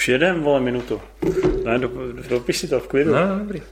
Už jedem, vole, minutu. Ne, dopiš si to v klidu. No, dobrý.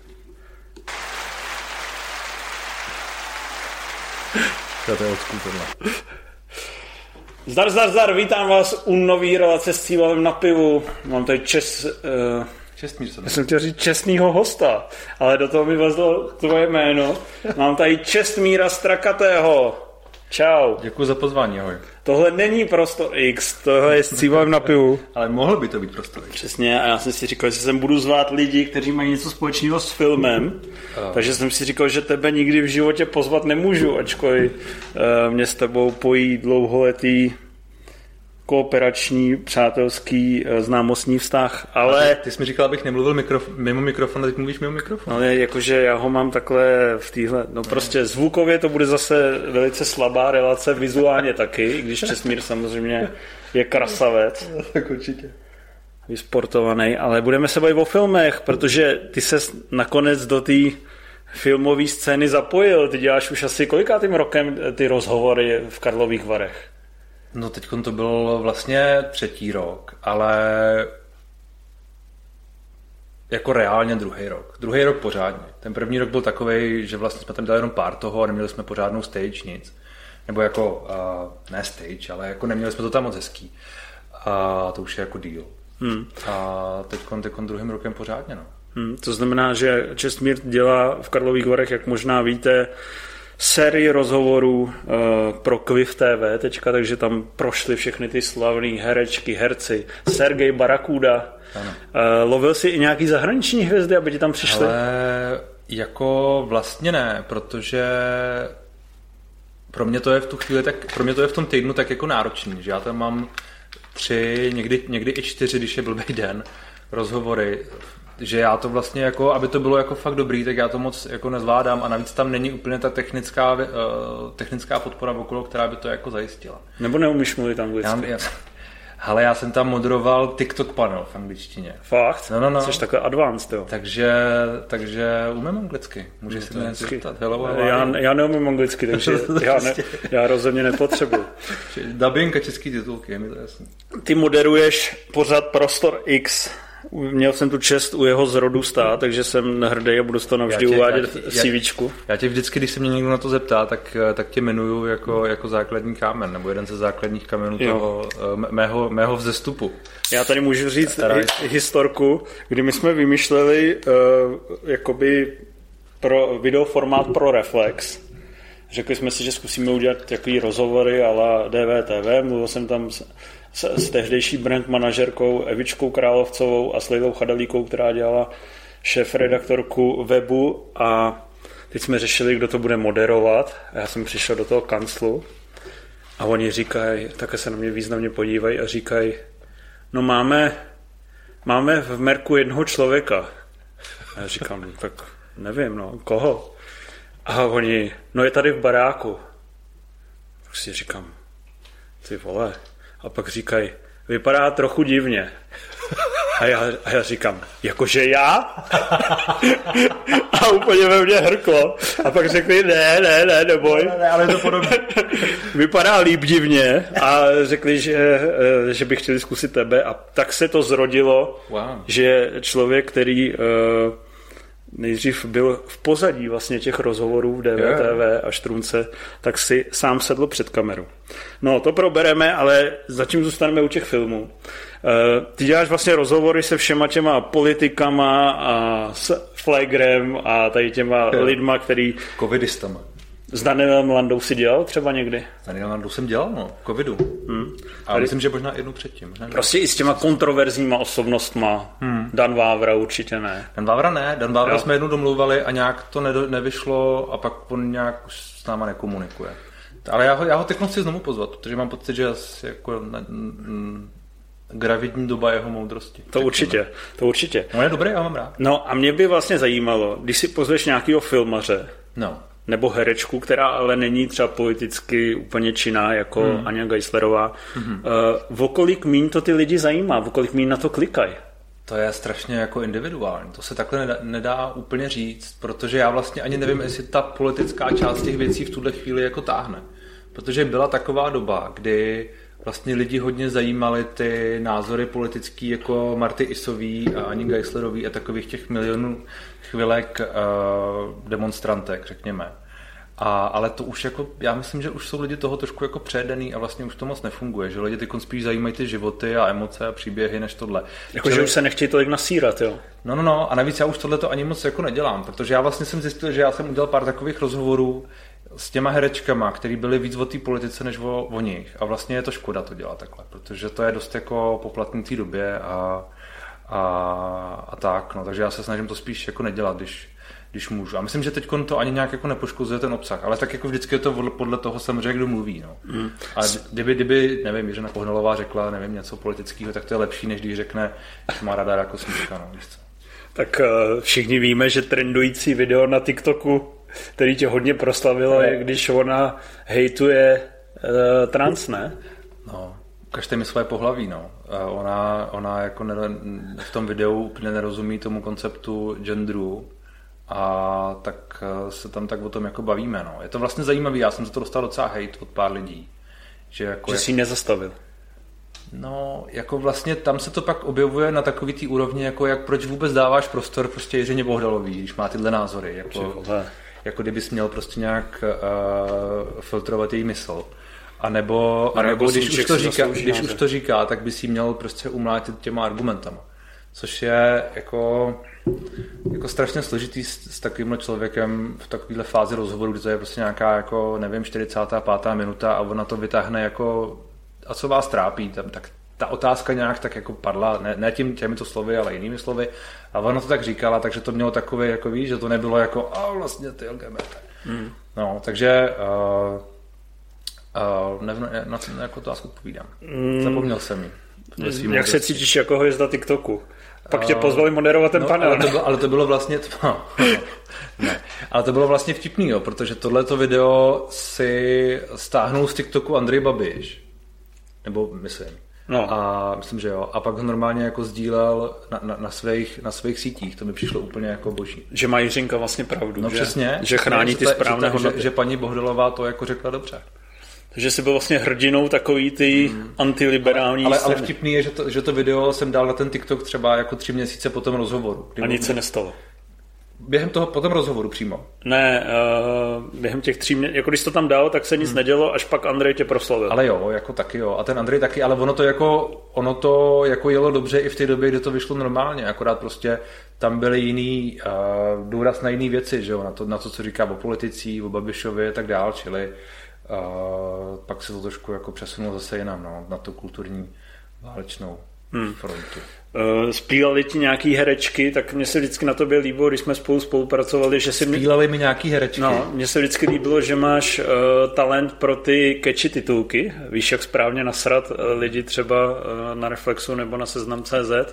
To je odskud tohle. Zdar, vítám vás u nový relace s Cívalem na pivu. Mám tady já jsem chtěl říct čestnýho hosta, ale do toho mi vezlo tvoje jméno. Mám tady Čestmíra Strakatého. Čau. Děkuji za pozvání, ahoj. Tohle není Prostor X, tohle je s Cívalem na pivu. Ale mohl by to být Prostor X. Přesně, a já jsem si říkal, že sem budu zvát lidi, kteří mají něco společného s filmem, takže jsem si říkal, že tebe nikdy v životě pozvat nemůžu, ačkoliv mě s tebou pojí dlouholetý kooperační, přátelský, známostní vztah, ale... Ty jsi mi říkal, abych nemluvil mimo mikrofon, a teď mluvíš mimo mikrofon. Ale jakože já ho mám takhle v téhle... No prostě zvukově to bude zase velice slabá relace, vizuálně taky, i když Čestmír samozřejmě je krasavec. Tak určitě. Vysportovaný, ale budeme se bavit o filmech, protože ty ses nakonec do té filmové scény zapojil. Ty děláš už asi kolikátým rokem ty rozhovory v Karlových Varech? No teď to byl vlastně 3. rok, ale jako reálně 2. rok. 2. rok pořádně. Ten 1. rok byl takovej, že vlastně jsme tam dělali jenom pár toho a neměli jsme pořádnou stage, nic. Nebo jako, ne stage, ale jako neměli jsme to tam moc hezký. A to už je jako deal. A teď 2. rokem pořádně, no. To znamená, že Čestmír dělá v Karlových Varech, jak možná víte, sérii rozhovorů pro Quiff TV, takže tam prošly všechny ty slavný herečky, herci, Sergej Barakuda. Lovil jsi i nějaký zahraniční hvězdy, aby ti tam přišly? Ale jako vlastně ne, protože pro mě to je v tu chvíli pro mě to je v tom týdnu tak jako náročný, že já tam mám 3, někdy i 4, když je blbý den, rozhovory, že já to vlastně jako, aby to bylo jako fakt dobrý, tak já to moc jako nezvládám a navíc tam není úplně ta technická podpora okolo, která by to jako zajistila. Nebo neumíš mluvit anglicky? Hele, já jsem tam moderoval TikTok panel v angličtině. Fakt? No. Jsi takhle advanced, jo. Takže umím anglicky. Můžeš si mě zeptat. Já neumím anglicky, takže já rozhodně nepotřebuji. Dubbing a český titulky, je mi to jasný. Ty moderuješ pořad Prostor X. Měl jsem tu čest u jeho zrodu stát, takže jsem hrdý a budu to navždy uvádět v CVčku. Já tě vždycky, když se mě někdo na to zeptá, tak tě jmenuju jako základní kámen, nebo jeden ze základních kamenů toho mého vzestupu. Já tady můžu říct historku, kdy my jsme vymýšleli jakoby pro videoformát pro Reflex. Řekli jsme si, že zkusíme udělat takový rozhovory a la DVTV. Mluvil jsem tam s tehdejší brand manažerkou Evičkou Královcovou a s Lejlou Chadalíkou, která dělala šéf-redaktorku webu, a teď jsme řešili, kdo to bude moderovat. A já jsem přišel do toho kanclu a oni říkají, také se na mě významně podívají a říkají, no máme v Merku jednoho člověka. A já říkám, tak nevím, no, koho? A oni, no je tady v baráku. Tak si říkám, ty vole. A pak říkají, vypadá trochu divně. A já říkám, jakože já? A úplně ve mně hrklo. A pak řekli, ne, neboj. Ne, ale je to podobně. Vypadá líp divně. A řekli, že by chtěli zkusit tebe. A tak se to zrodilo, že člověk, který nejdřív byl v pozadí vlastně těch rozhovorů v DVTV a Štrunce, tak si sám sedl před kameru. No, to probereme, ale zatím zůstaneme u těch filmů. Ty děláš vlastně rozhovory se všema těma politikama a s Flagrem a tady těma lidma, který... Covidistama. S Danielem Landou si dělal třeba někdy? S Danielem Landou jsem dělal, no, covidu. Ale myslím, že možná jednou předtím. Prostě i s těma kontroverzníma osobnostma. Dan Vávra určitě ne. Dan Vávra jsme jednou domluvali a nějak to nevyšlo a pak on nějak už s náma nekomunikuje. Ale já ho teď chci znovu pozvat, protože mám pocit, že jako gravidní doba jeho moudrosti. To určitě. No je dobrý, já ho mám rád. No a mě by vlastně zajímalo, když si pozveš nějakého filmaře, nebo herečku, která ale není třeba politicky úplně činná, jako Anja Geislerová, o kolik míň to ty lidi zajímá, o kolik míň na to klikají? To je strašně jako individuální. To se takhle nedá úplně říct, protože já vlastně ani nevím, jestli ta politická část těch věcí v tuhle chvíli jako táhne. Protože byla taková doba, kdy vlastně lidi hodně zajímaly ty názory politický jako Marty Isový a Ani Geislerový a takových těch milionů chvilek demonstrantek, řekněme. Ale to už jako, já myslím, že už jsou lidi toho trošku jako přejedený a vlastně už to moc nefunguje, že lidi teď spíš zajímají ty životy a emoce a příběhy než tohle. Jakože už se nechtějí tolik nasírat, jo? No, a navíc já už tohleto ani moc jako nedělám, protože já vlastně jsem zjistil, že já jsem udělal pár takových rozhovorů s těma herečkama, který byly víc o té politice než o nich a vlastně je to škoda to dělat takhle, protože to je dost jako poplatný té době a tak, no, takže já se snažím to spíš jako nedělat, když můžu. A myslím, že teď to ani nějak jako nepoškozuje ten obsah, ale tak jako vždycky je to podle toho samozřejmě, kdo mluví. No. A kdyby, nevím, Jiřina Pohnalová řekla, nevím, něco politického, tak to je lepší, než když řekne, že má ráda jako Smíška. No, víš co? Tak všichni víme, že trendující video na TikToku, který tě hodně proslavilo, je, když ona hejtuje trans, ne? No, ukažte mi své pohlaví, no. Ona jako v tom videu úplně nerozumí tomu konceptu genderu, a tak se tam tak o tom jako bavíme. No. Je to vlastně zajímavý, já jsem za to dostal docela hejt od pár lidí. Že jsi ji nezastavil. No, jako vlastně tam se to pak objevuje na takový té úrovni, jako jak proč vůbec dáváš prostor prostě Jiřině Bohdalový, když má tyhle názory. Jako kdybys měl prostě nějak filtrovat její mysl. A nebo když už to říká, tak bys jí měl prostě umlátit těma argumentama. Což je jako strašně složitý s takovýmhle člověkem v takovéhle fázi rozhovoru, kdy to je prostě nějaká, jako, nevím, 45. minuta a ona to vytáhne jako, a co vás trápí, tak ta otázka nějak tak jako padla, ne těmito slovy, ale jinými slovy, a ona to tak říkala, takže to mělo takové, jako víš, že to nebylo jako, a vlastně ty LGBT. No, takže na co jako otázku odpovídám. Zapomněl jsem ji. Jak se cítíš jako hvězda TikToku? Pak tě pozvali moderovat ten panel. Ale to bylo vlastně... Ne, ale to bylo vlastně vtipný, jo, protože tohleto video si stáhnul z TikToku Andrej Babiš. Nebo myslím. No. A myslím, že jo. A pak ho normálně jako sdílel na svých sítích. To mi přišlo úplně jako boží. Že má Jiřinka vlastně pravdu. No, přesně. Že chrání ty správné hodnoty. Že paní Bohdalová to jako řekla dobře. Takže jsi byl vlastně hrdinou takový ty antiliberální ale vtipný je, že to video jsem dal na ten TikTok třeba jako 3 měsíce po tom rozhovoru. A nic se nestalo. Během toho, po tom rozhovoru přímo? Ne, během těch 3 měsíců, jako když to tam dal, tak se nic nedělo, až pak Andrej tě proslavil. Ale jo, jako taky jo. A ten Andrej taky, ale ono to jako jelo dobře i v té době, kdy to vyšlo normálně, akorát prostě tam byly jiný důraz na jiný věci, že jo, na to, co říká o politici, o Babišovi a tak dál, čili pak se to trošku jako přesunulo zase jinam, no, na tu kulturní válečnou frontu. Spílali ti nějaký herečky, tak mně se vždycky na tobě líbilo, když jsme spolupracovali, že si... Spílali mi nějaký herečky? No, mně se vždycky líbilo, že máš talent pro ty catchy titulky, víš, jak správně nasrat lidi třeba na Reflexu nebo na Seznam.cz.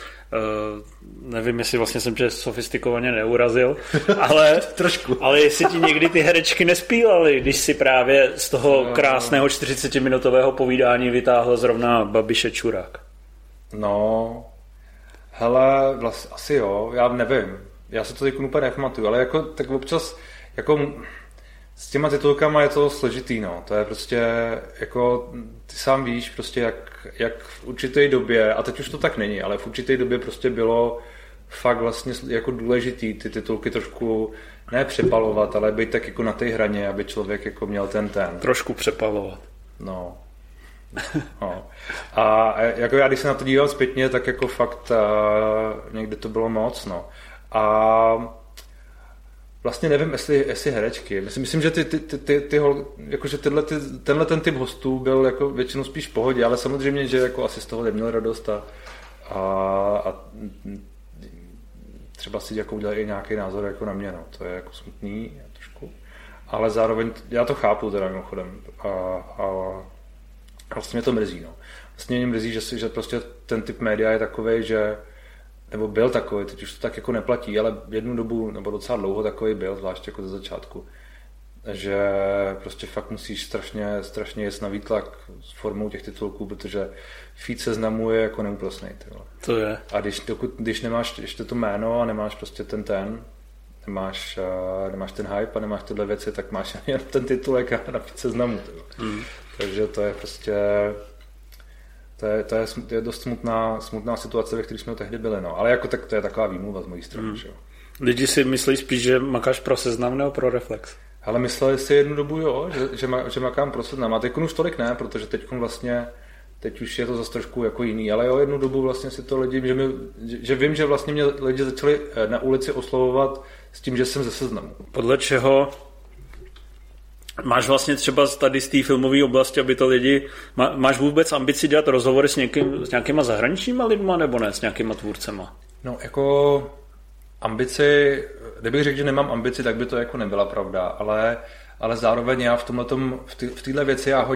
Nevím, jestli vlastně jsem tě sofistikovaně neurazil, ale trošku. Ale jestli ti někdy ty herečky nespílaly, když si právě z toho krásného 40-minutového povídání vytáhl zrovna Babiše Čurák. No, hele, vlastně asi jo, já nevím. Já se to teď úplně nepamatuju, ale jako, tak občas jako s těma titulkama je to složitý, no. To je prostě, jako, ty sám víš, prostě jak v určité době, a teď už to tak není, ale v určité době prostě bylo fakt vlastně jako důležitý ty titulky trošku ne přepalovat, ale být tak jako na té hraně, aby člověk jako měl ten. Trošku přepalovat. No. A jako já, když se na to dívám zpětně, tak jako fakt někdy to bylo moc, no. A vlastně nevím, jestli herečky. Myslím, že jakože tenhle ten typ hostů byl jako většinou spíš v pohodě, ale samozřejmě, že jako asi z toho neměl radost a třeba si jako udělat i nějaký názor jako na mě, no. To je jako smutný trošku. Ale zároveň, já to chápu teda mimochodem a vlastně mě to mrzí, no. Vlastně mě mrzí, že prostě ten typ média je takovej, že nebo byl takový, teď už to tak jako neplatí, ale jednu dobu, nebo docela dlouho takový byl, zvláště jako ze začátku, že prostě fakt musíš strašně jet na výtlak s formou těch titulků, protože feed Seznamu je jako neúprosnej. To je. A když nemáš ještě to jméno a nemáš prostě nemáš ten hype a nemáš tyhle věci, tak máš jen ten titulek a na feed Seznamu. Takže to je prostě To je dost smutná situace, ve které jsme tehdy byli, no. Ale jako tak to je taková výmluva z mojí strany, že jo. Lidi si myslí spíš, že makáš pro Seznam nebo pro Reflex? Ale mysleli si jednu dobu, jo, že makám pro Seznam. A teď už tolik ne, protože teď už je to zase trošku jako jiný, ale jo, jednu dobu vlastně si to lidi, že vím, že vlastně mě lidi začali na ulici oslovovat s tím, že jsem ze Seznamu. Podle čeho máš vlastně třeba tady z té filmové oblasti, aby to lidi, máš vůbec ambici dělat rozhovory s nějakýma zahraničníma lidma nebo ne, s nějakýma tvůrcema? No jako ambici, kdybych řekl, že nemám ambici, tak by to jako nebyla pravda, ale zároveň já v téhle věci já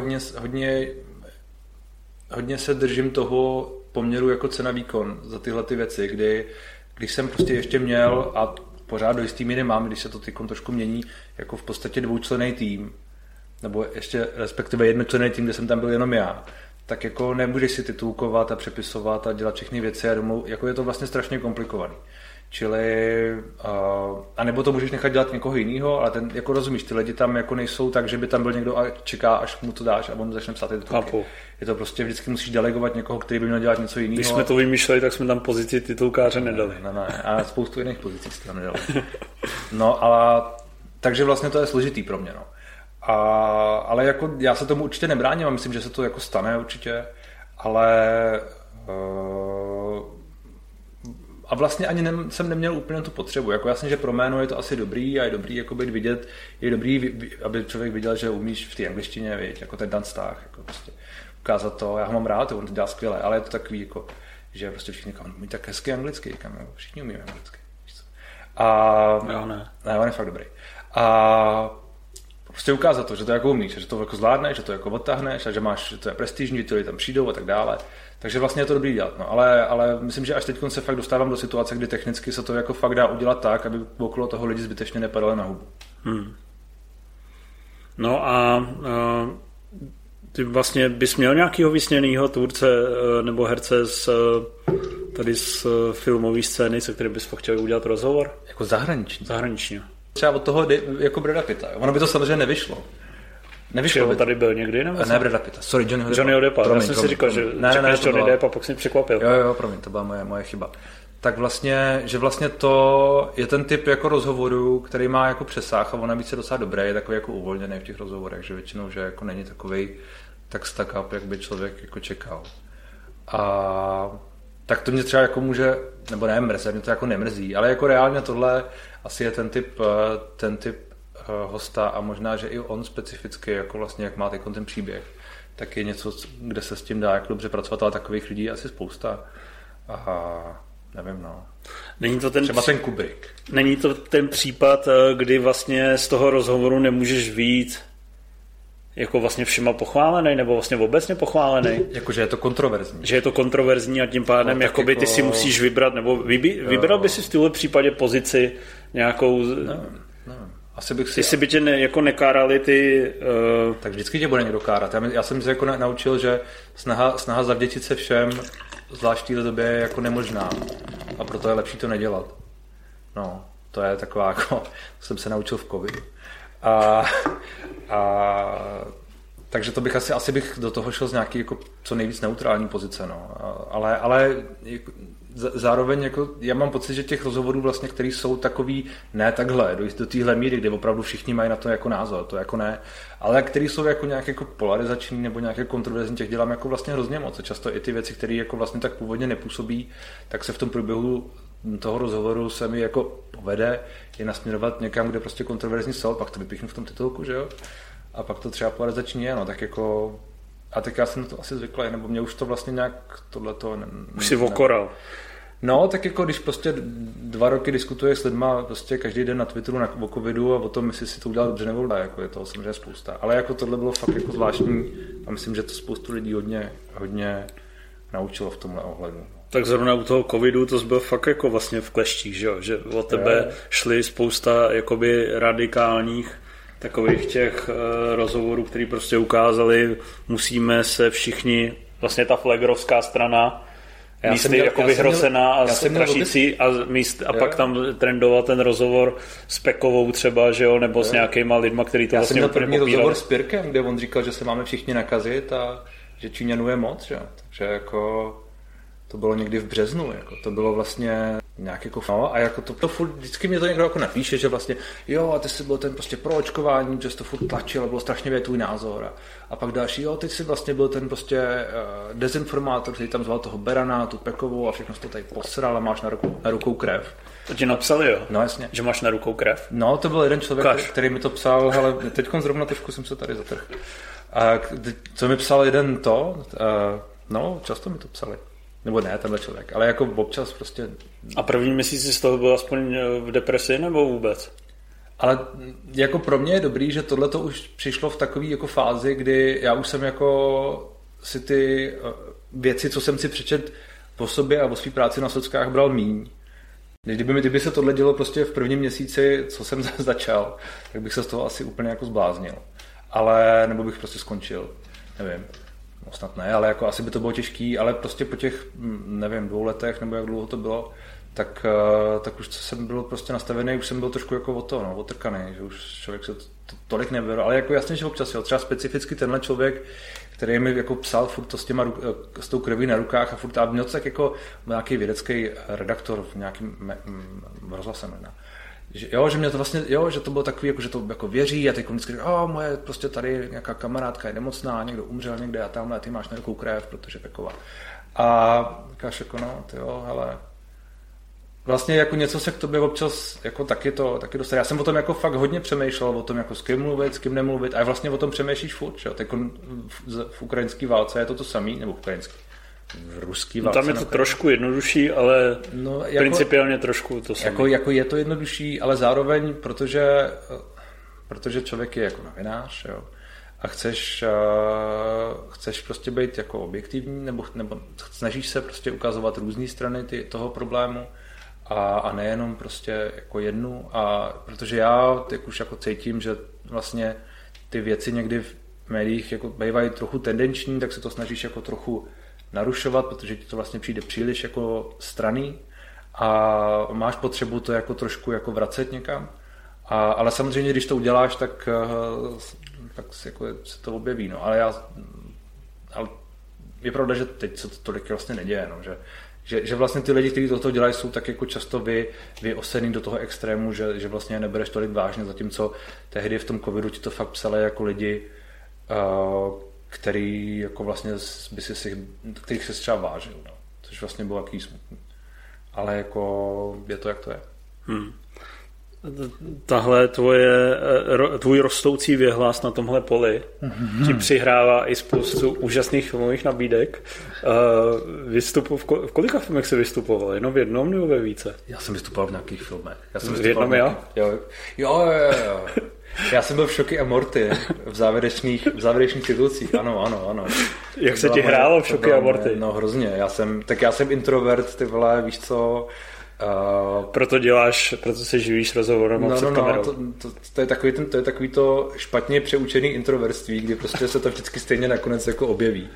hodně se držím toho poměru jako cena-výkon za tyhle ty věci, když jsem prostě ještě měl a pořád do jistý míry mám, když se to tykom trošku mění, jako v podstatě dvoučlenný tým, nebo ještě respektive jednočlenný tým, kde jsem tam byl jenom já, tak jako nemůžeš si titulkovat a přepisovat a dělat všechny věci a domů, jako je to vlastně strašně komplikovaný. Čili, a nebo to můžeš nechat dělat někoho jiného, ale ten, jako rozumíš, ty lidi tam jako nejsou tak, že by tam byl někdo a čeká, až mu to dáš a on začne psát ty titulky. Je to prostě vždycky musíš delegovat někoho, který by měl dělat něco jiného. Když jsme to vymýšleli, tak jsme tam pozici titulkáře nedali. Ne, a spoustu jiných pozicí jsme tam nedali. No, ale takže vlastně to je složitý pro mě, no. Ale jako já se tomu určitě nebráním a myslím, že se to jako stane určitě, ale a vlastně ani jsem neměl úplně tu potřebu. Jako jasně, že pro jméno je to asi dobrý a je dobrý jako být vidět, je dobrý, aby člověk viděl, že umíš v té angličtině, viď, jako ten Dan Stach, jako prostě ukázat to. Já ho mám rád, on to dělá skvěle, ale je to takový, jako, že prostě všichni umí tak hezky anglicky, všichni umí anglicky. Já ne. Ne, on je fakt dobrý. A prostě ukázat to, že to jako umíš, že to jako zvládneš, že to jako odtáhneš a že máš, že to je prestižní, že ty lidi tam přijdou a tak dále. Takže vlastně je to dobrý dělat, no. Ale myslím, že až teď se fakt dostávám do situace, kdy technicky se to jako fakt dá udělat tak, aby okolo toho lidi zbytečně nepadali na hubu. No a ty vlastně bys měl nějakýho vysněnýho tvůrce nebo herce tady z filmové scény, se kterým bys fakt chtěl udělat rozhovor? Jako zahraniční? Zahraniční. Třeba od toho jako Brada Pitta. Ono by to samozřejmě nevyšlo. Nevyšlo tady byl někdy? Ne, Brada Pitta. Sorry, Johnnyho Deppa. Já jsem si říkal, že řekneš Johnny Depp a pak jsi mě překvapil. Jo, promiň, to byla moje chyba. Tak vlastně, že vlastně to je ten typ jako rozhovoru, který má jako přesah a on navíc je docela dobrý, je takový jako uvolněný v těch rozhovorech, že většinou, že jako není takovej tak stack up, jak by člověk jako čekal. A tak to mě třeba jako může, nebo ne mrzí, mě to jako nemrzí, ale jako reálně tohle asi je ten typ hosta a možná, že i on specificky, jako vlastně jak má ten příběh, tak je něco, kde se s tím dá jako dobře pracovat, ale takových lidí je asi spousta. A nevím, no. Není to třeba ten Kubrick. Není to ten případ, kdy vlastně z toho rozhovoru nemůžeš vyjít jako vlastně všema pochválený, nebo vlastně obecně pochválený. Jakože je to kontroverzní. Že je to kontroverzní a tím pádem no, jakoby jako ty si musíš vybrat, nebo vybral by si v téhle případě pozici nějakou... No. Asi bych si... Jestli by tě jako nekárali ty... Tak vždycky tě bude někdo kárat. Já jsem se jako naučil, že snaha zavděčit se všem, zvlášť v této době, je jako nemožná. A proto je lepší to nedělat. No, to je taková jako... To jsem se naučil v covidu. Takže to bych asi bych do toho šel z nějaký jako co nejvíc neutrální pozice, no. Ale jako, zároveň jako, já mám pocit, že těch rozhovorů vlastně, který jsou takový ne takhle, do téhle míry, kde opravdu všichni mají na to jako názor, to jako ne, ale který jsou jako nějak jako polarizační nebo nějaké kontroverzní, těch dělám jako vlastně hrozně moc. Často i ty věci, které jako vlastně tak původně nepůsobí, tak se v tom průběhu toho rozhovoru se mi jako povede je nasměrovat někam, kde prostě kontroverzní jsou, pak to vypíchnu v tom titulku, že jo? A pak to třeba polarizační je, no, tak jako... A tak já jsem na to asi zvyklý, nebo mě už to vlastně nějak tohleto... Už si okoral. No, tak jako když prostě 2 roky diskutuješ s lidma prostě každý den na Twitteru o covidu a o tom, jestli si to udělal dobře nebo ne, jako je toho samozřejmě spousta. Ale jako tohle bylo fakt jako zvláštní a myslím, že to spoustu lidí hodně naučilo v tomhle ohledu. Tak zrovna u toho covidu to byl fakt jako vlastně v kleštích, že od tebe šly spousta jakoby radikálních takových těch rozhovorů, který prostě ukázali, musíme se všichni, vlastně ta flegrovská strana místy jako vyhrocená a strašící a pak tam trendoval ten rozhovor s Pekovou třeba, že jo, nebo s nějakýma lidma, který to vlastně úplně popírali. Já jsem měl první rozhovor s Pirkem, kde on říkal, že se máme všichni nakazit že Číňanů je moc, že? Takže jako to bylo někdy v březnu, jako to bylo vlastně nějak jako no, a jako to furt, vždycky mě to někdo jako napíše, že vlastně jo, a ty jsi byl ten prostě pro očkování, že jsi to furt tlačil a bylo strašně věc tvůj názor a pak další, jo, ty jsi vlastně byl ten prostě dezinformátor, který tam zval toho Berana, tu Pekovou a všechno jsi to tady posral a máš na rukou krev. To ti napsali, jo? No jasně. Že máš na rukou krev? No, to byl jeden člověk, který mi to psal, ale teďkon zrovna trošku jsem se tady zatrhl. A co mi psal jeden to, no, často mi to psali. Nebo ne, tenhle člověk, ale jako občas prostě... A první měsíc z toho byl aspoň v depresi nebo vůbec? Ale jako pro mě je dobrý, že tohle to už přišlo v takové jako fázi, kdy já už jsem jako si ty věci, co jsem si přečet po sobě a o svý práci na sockách bral míň. Kdyby se tohle dělo prostě v prvním měsíci, co jsem začal, tak bych se z toho asi úplně jako zbláznil. Ale, nebo bych prostě skončil, nevím. No snad ne, ale jako asi by to bylo těžký, ale prostě po těch, nevím, 2 letech, nebo jak dlouho to bylo, tak už jsem byl prostě nastavený, už jsem byl trošku jako otrkaný, že už člověk se tolik nebyl, ale jako jasně, že občas, jo, třeba specificky tenhle člověk, který mi jako psal furt to s tou krví na rukách a furt a měl to tak jako nějaký vědecký redaktor v nějakým rozhlasem, že mě to vlastně, že to bylo takový, jako, že to jako věří a teď vždycky říká, moje prostě tady nějaká kamarádka je nemocná, někdo umřel někde a tamhle, ty máš na rukou krev, protože Peková. A říkáš jako hele, vlastně jako něco se k tobě občas, jako taky dostane. Já jsem o tom jako fakt hodně přemýšlel, o tom jako s kým mluvit, s kým nemluvit a vlastně o tom přemýšlíš furt, že? Teď v ukrajinské válce je to samý, nebo v ukrajinské. V ruský válce. Tam je to trošku jednodušší, ale principiálně trošku to samé. Jako je to jednodušší, ale zároveň, protože člověk je jako novinář, jo, a chceš prostě být jako objektivní, nebo snažíš se prostě ukazovat různé strany toho problému a nejenom prostě jako jednu, a protože já tak už jako cítím, že vlastně ty věci někdy v médiích jako bývají trochu tendenční, tak se to snažíš jako trochu narušovat, protože ti to vlastně přijde příliš jako stranný a máš potřebu to jako trošku jako vracet někam. Ale samozřejmě, když to uděláš, tak jako se to objeví. No. Ale je pravda, že teď se to tolik vlastně neděje. No. Že vlastně ty lidi, kteří toto dělají, jsou tak jako často vyosený do toho extrému, že vlastně nebereš tolik vážně, zatímco tehdy v tom covidu ti to fakt psali jako lidi, který jako vlastně kterých se třeba vážil, no. Což vlastně bylo jaký smutný. Ale jako je to, jak to je. Tahle tvůj rostoucí věhlas na tomhle poli ti přihrává i spoustu úžasných filmových nabídek. V kolika filmech jsi vystupoval? Jenom v jednom nebo ve více? Já jsem vystupoval v nějakých filmech. V jednom Jo. Já jsem byl v Šoky a Morty v závěrečných titulcích, ano. Jak se ti hrálo v Šoky a Morty? No hrozně, já jsem introvert, ty vole, víš co... Proto se živíš rozhovorem před kamerou. To je takový to špatně přeučený introverství, kdy prostě se to vždycky stejně nakonec jako objeví.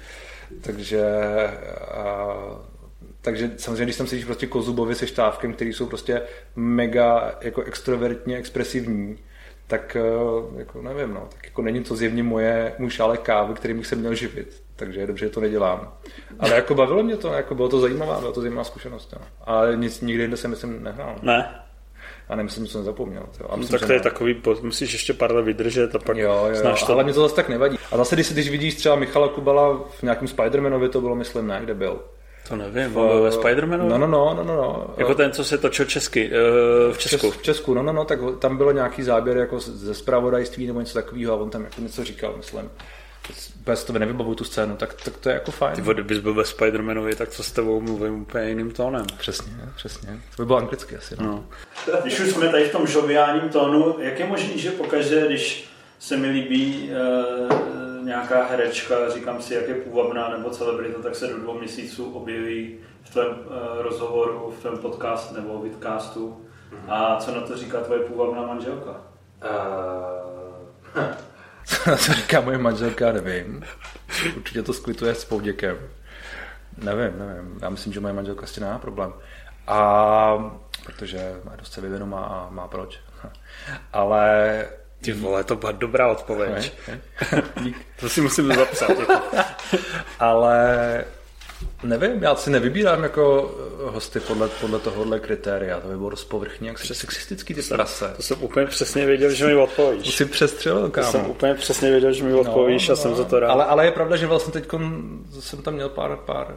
Takže samozřejmě, když tam sedíš prostě Kozubovi se Štávkem, který jsou prostě mega jako extrovertně expresivní, tak jako nevím, no, tak jako není to zjevně můj šálek kávy, kterým bych se měl živit, takže je dobře, že to nedělám. Ale jako bavilo mě to, jako byla to zajímavá zkušenost, no. Ale nikdy jinde jsem myslím nehrál. Ne. A nemyslím, že jsem zapomněl. A myslím, tak to je takový, musíš ještě pár let vydržet a pak znáš to. Ale mě to zase tak nevadí. A zase, když vidíš třeba Michala Kubala v nějakém Spider-Manovi, to bylo, myslím, ne, kde byl. To nevím, ve Spider-Manu? No. Jako ten, co se točil v Česku. V Česku, no, tak tam bylo nějaký záběr jako ze zpravodajství nebo něco takového a on tam jako něco říkal, myslím. Bez toho nevybavuju tu scénu, tak to je jako fajn. Ty kdybys byl ve Spider-Manovi, tak co s tebou mluvím úplně jiným tónem. Přesně. To by bylo anglicky asi. No. Když už jsme tady v tom žoviálním tónu, jak je možný, že pokaždé, když se mi líbí nějaká herečka, říkám si, jak je půvabná nebo celebrita, tak se do 2 měsíců objeví v tvém rozhovoru, v tvém podcastu nebo vidcastu. A co na to říká tvoje půvabná manželka? Co na to říká moje manželka, nevím. Určitě to skvituje s Pouděkem. Nevím. Já myslím, že moje manželka s tím nemá problém. Protože má dost sebevědomá a má proč. Ale Ty vole, to byla dobrá odpověď. To si musím zapsat. Jako. Ale nevím, já si nevybírám jako hosty podle tohohle kritéria. To by bylo dost povrchní, jak sexistický ty prase. To jsem úplně přesně věděl, že mi odpovíš. To si přestřelil, kámo. To jsem úplně přesně věděl, že mi odpovíš a jsem za to rád. Ale je pravda, že vlastně teď jsem tam měl pár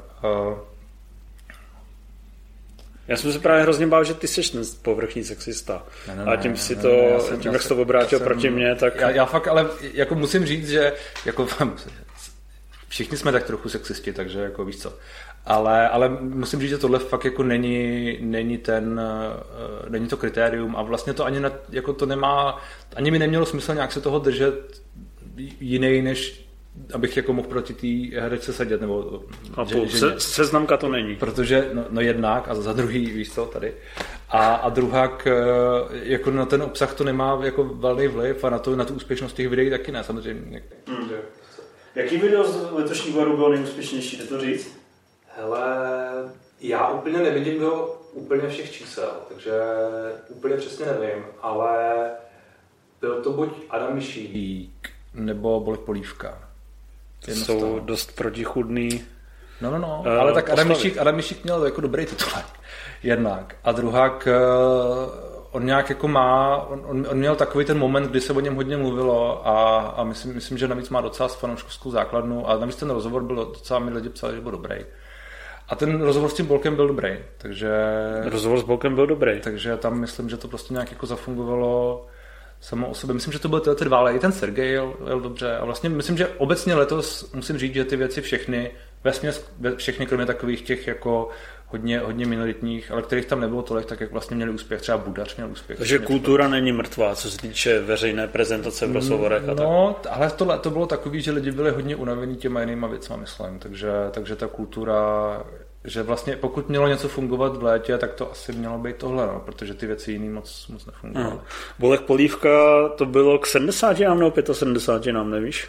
já jsem se právě hrozně bál, že ty jsi ten povrchní sexista. A tím si to, tím jak jsi to obrátil proti mně, tak... Já fakt, ale jako musím říct, že jako všichni jsme tak trochu sexisti, takže jako víš co. Ale musím říct, že tohle fakt jako není to kritérium a vlastně to ani jako to nemá, ani mi nemělo smysl nějak se toho držet jiný, než abych jako mohl proti té herečce sedět, nebo seznamka to není. Protože, no jednak, a za druhý, víš co, tady. A druhák, jako na ten obsah to nemá jako velký vliv a na tu úspěšnost těch videí taky ne, samozřejmě. Jaký video z letošního roku bylo nejúspěšnější, jde to říct? Hele, já úplně nevidím do úplně všech čísel, takže úplně přesně nevím, ale byl to buď Adam Mišík, nebo Bolek Polívka. To jsou dost protichudný. No, ale tak Adam Mišík měl jako dobrý titulek. Jednak. A druhák, on nějak jako on měl takový ten moment, kdy se o něm hodně mluvilo a myslím, že navíc má docela fanouškovskou základnu a navíc ten rozhovor byl docela, mi lidi psali, že byl dobrý. A ten rozhovor s tím Bolkem byl dobrý, takže... Rozhovor s Bolkem byl dobrý. Takže tam myslím, že to prostě nějak jako zafungovalo samo o sobě. Myslím, že to byly ty dva, ale i ten Sergej jel dobře. A vlastně myslím, že obecně letos musím říct, že ty věci všechny, kromě takových těch jako hodně minoritních, ale kterých tam nebylo tolik, tak jak vlastně měli úspěch. Třeba Budař měl úspěch. Takže kultura není mrtvá, co se týče veřejné prezentace v rozhovorech a tak. No, ale to bylo takový, že lidi byli hodně unavení těma jinýma věcma, myslím. Takže ta kultura, že vlastně pokud mělo něco fungovat v létě, tak to asi mělo být tohle, no, protože ty věci jiný moc nefungovaly. Bolek Polívka to bylo k 70 nám nebo 75 nám, nevíš?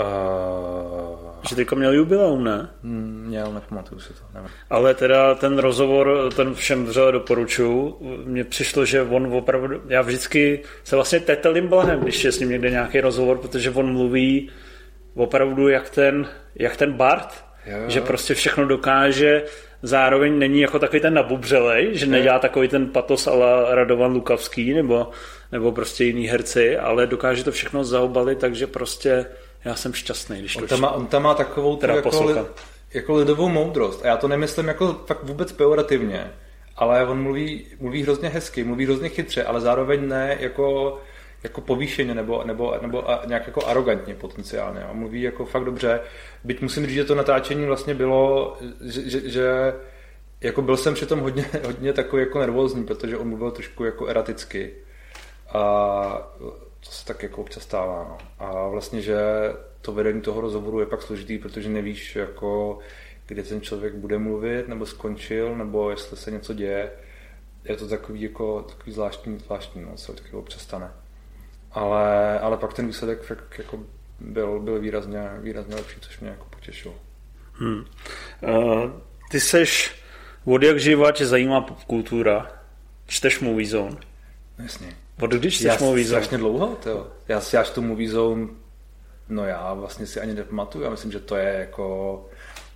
Že teďka měl jubileum, ne? Měl, nepamatuju si to, nevím. Ale teda ten rozhovor, ten všem vřele doporučuju. Mně přišlo, že on opravdu, já vždycky se vlastně tetelím blahem, když je s ním někde nějaký rozhovor, protože on mluví opravdu jak ten Bart, že prostě všechno dokáže, zároveň není jako takový ten nabubřelej, že nedělá takový ten patos a la Radovan Lukavský nebo prostě jiný herci, ale dokáže to všechno zaobalit, takže prostě já jsem šťastný, když on tam má takovou jako lidovou moudrost a já to nemyslím jako fakt vůbec pejorativně, ale on mluví hrozně hezky, mluví hrozně chytře, ale zároveň ne jako povýšeně nebo nějak jako arrogantně potenciálně. A mluví jako fakt dobře. Byť musím říct, že to natáčení vlastně bylo, že jako byl jsem přitom hodně takový jako nervózní, protože on mluvil trošku jako eraticky. A to se tak jako občas stává. No. A vlastně, že to vedení toho rozhovoru je pak složitý, protože nevíš, jako, kde ten člověk bude mluvit, nebo skončil, nebo jestli se něco děje. Je to takový zvláštní, no, se taky občas stane. Ale pak ten výsledek fakt jako byl výrazně lepší, což mě jako potěšilo. Ty seš od jak živa tě zajímá popkultura? Čteš Movie Zone? Jasně. Od kdy čteš Movie Zone? Strašně dlouho, to. Já čtu Movie Zone, no já vlastně si ani nepamatuju, já myslím, že to je jako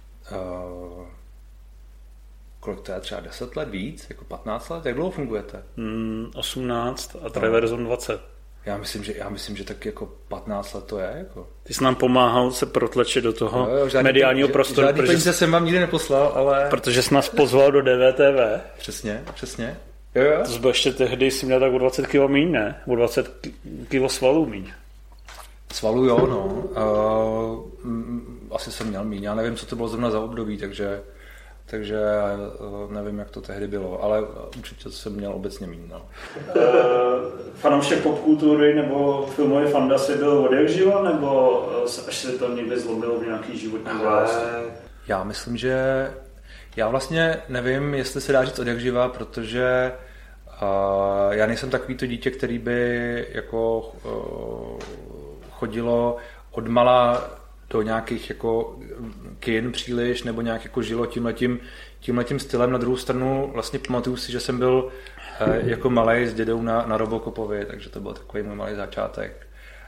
kolik to je, třeba 10 let víc, jako 15 let, jak dlouho fungujete? 18 a Traverzone 20. Já myslím, že tak jako 15 let to je. Jako. Ty jsi nám pomáhal se protlačit do toho mediálního prostoru. Žádný peníze jsem vám nikdy neposlal, ale... Protože jsi nás pozval do DVTV. Přesně. Jo. To byl ještě tehdy, jsi měl tak o 20 kg míň, ne? O 20 kg svalů míň. Svalů jo, no. Asi jsem měl míň. Já nevím, co to bylo zrovna za období, takže nevím, jak to tehdy bylo, ale určitě jsem měl obecně míň. No. Fanoušek popkultury nebo filmové fandasy byl od jak živa, nebo až se to někde zlomilo v nějaký životní vážce? Já myslím, že já vlastně nevím, jestli se dá říct od jak živa, protože já nejsem takový to dítě, který by jako chodilo odmala do nějakých jako kin příliš, nebo nějak jako žilo tímhletím stylem. Na druhou stranu vlastně pamatuju si, že jsem byl jako malej s dědou na Robocopovi, takže to byl takový můj malý začátek.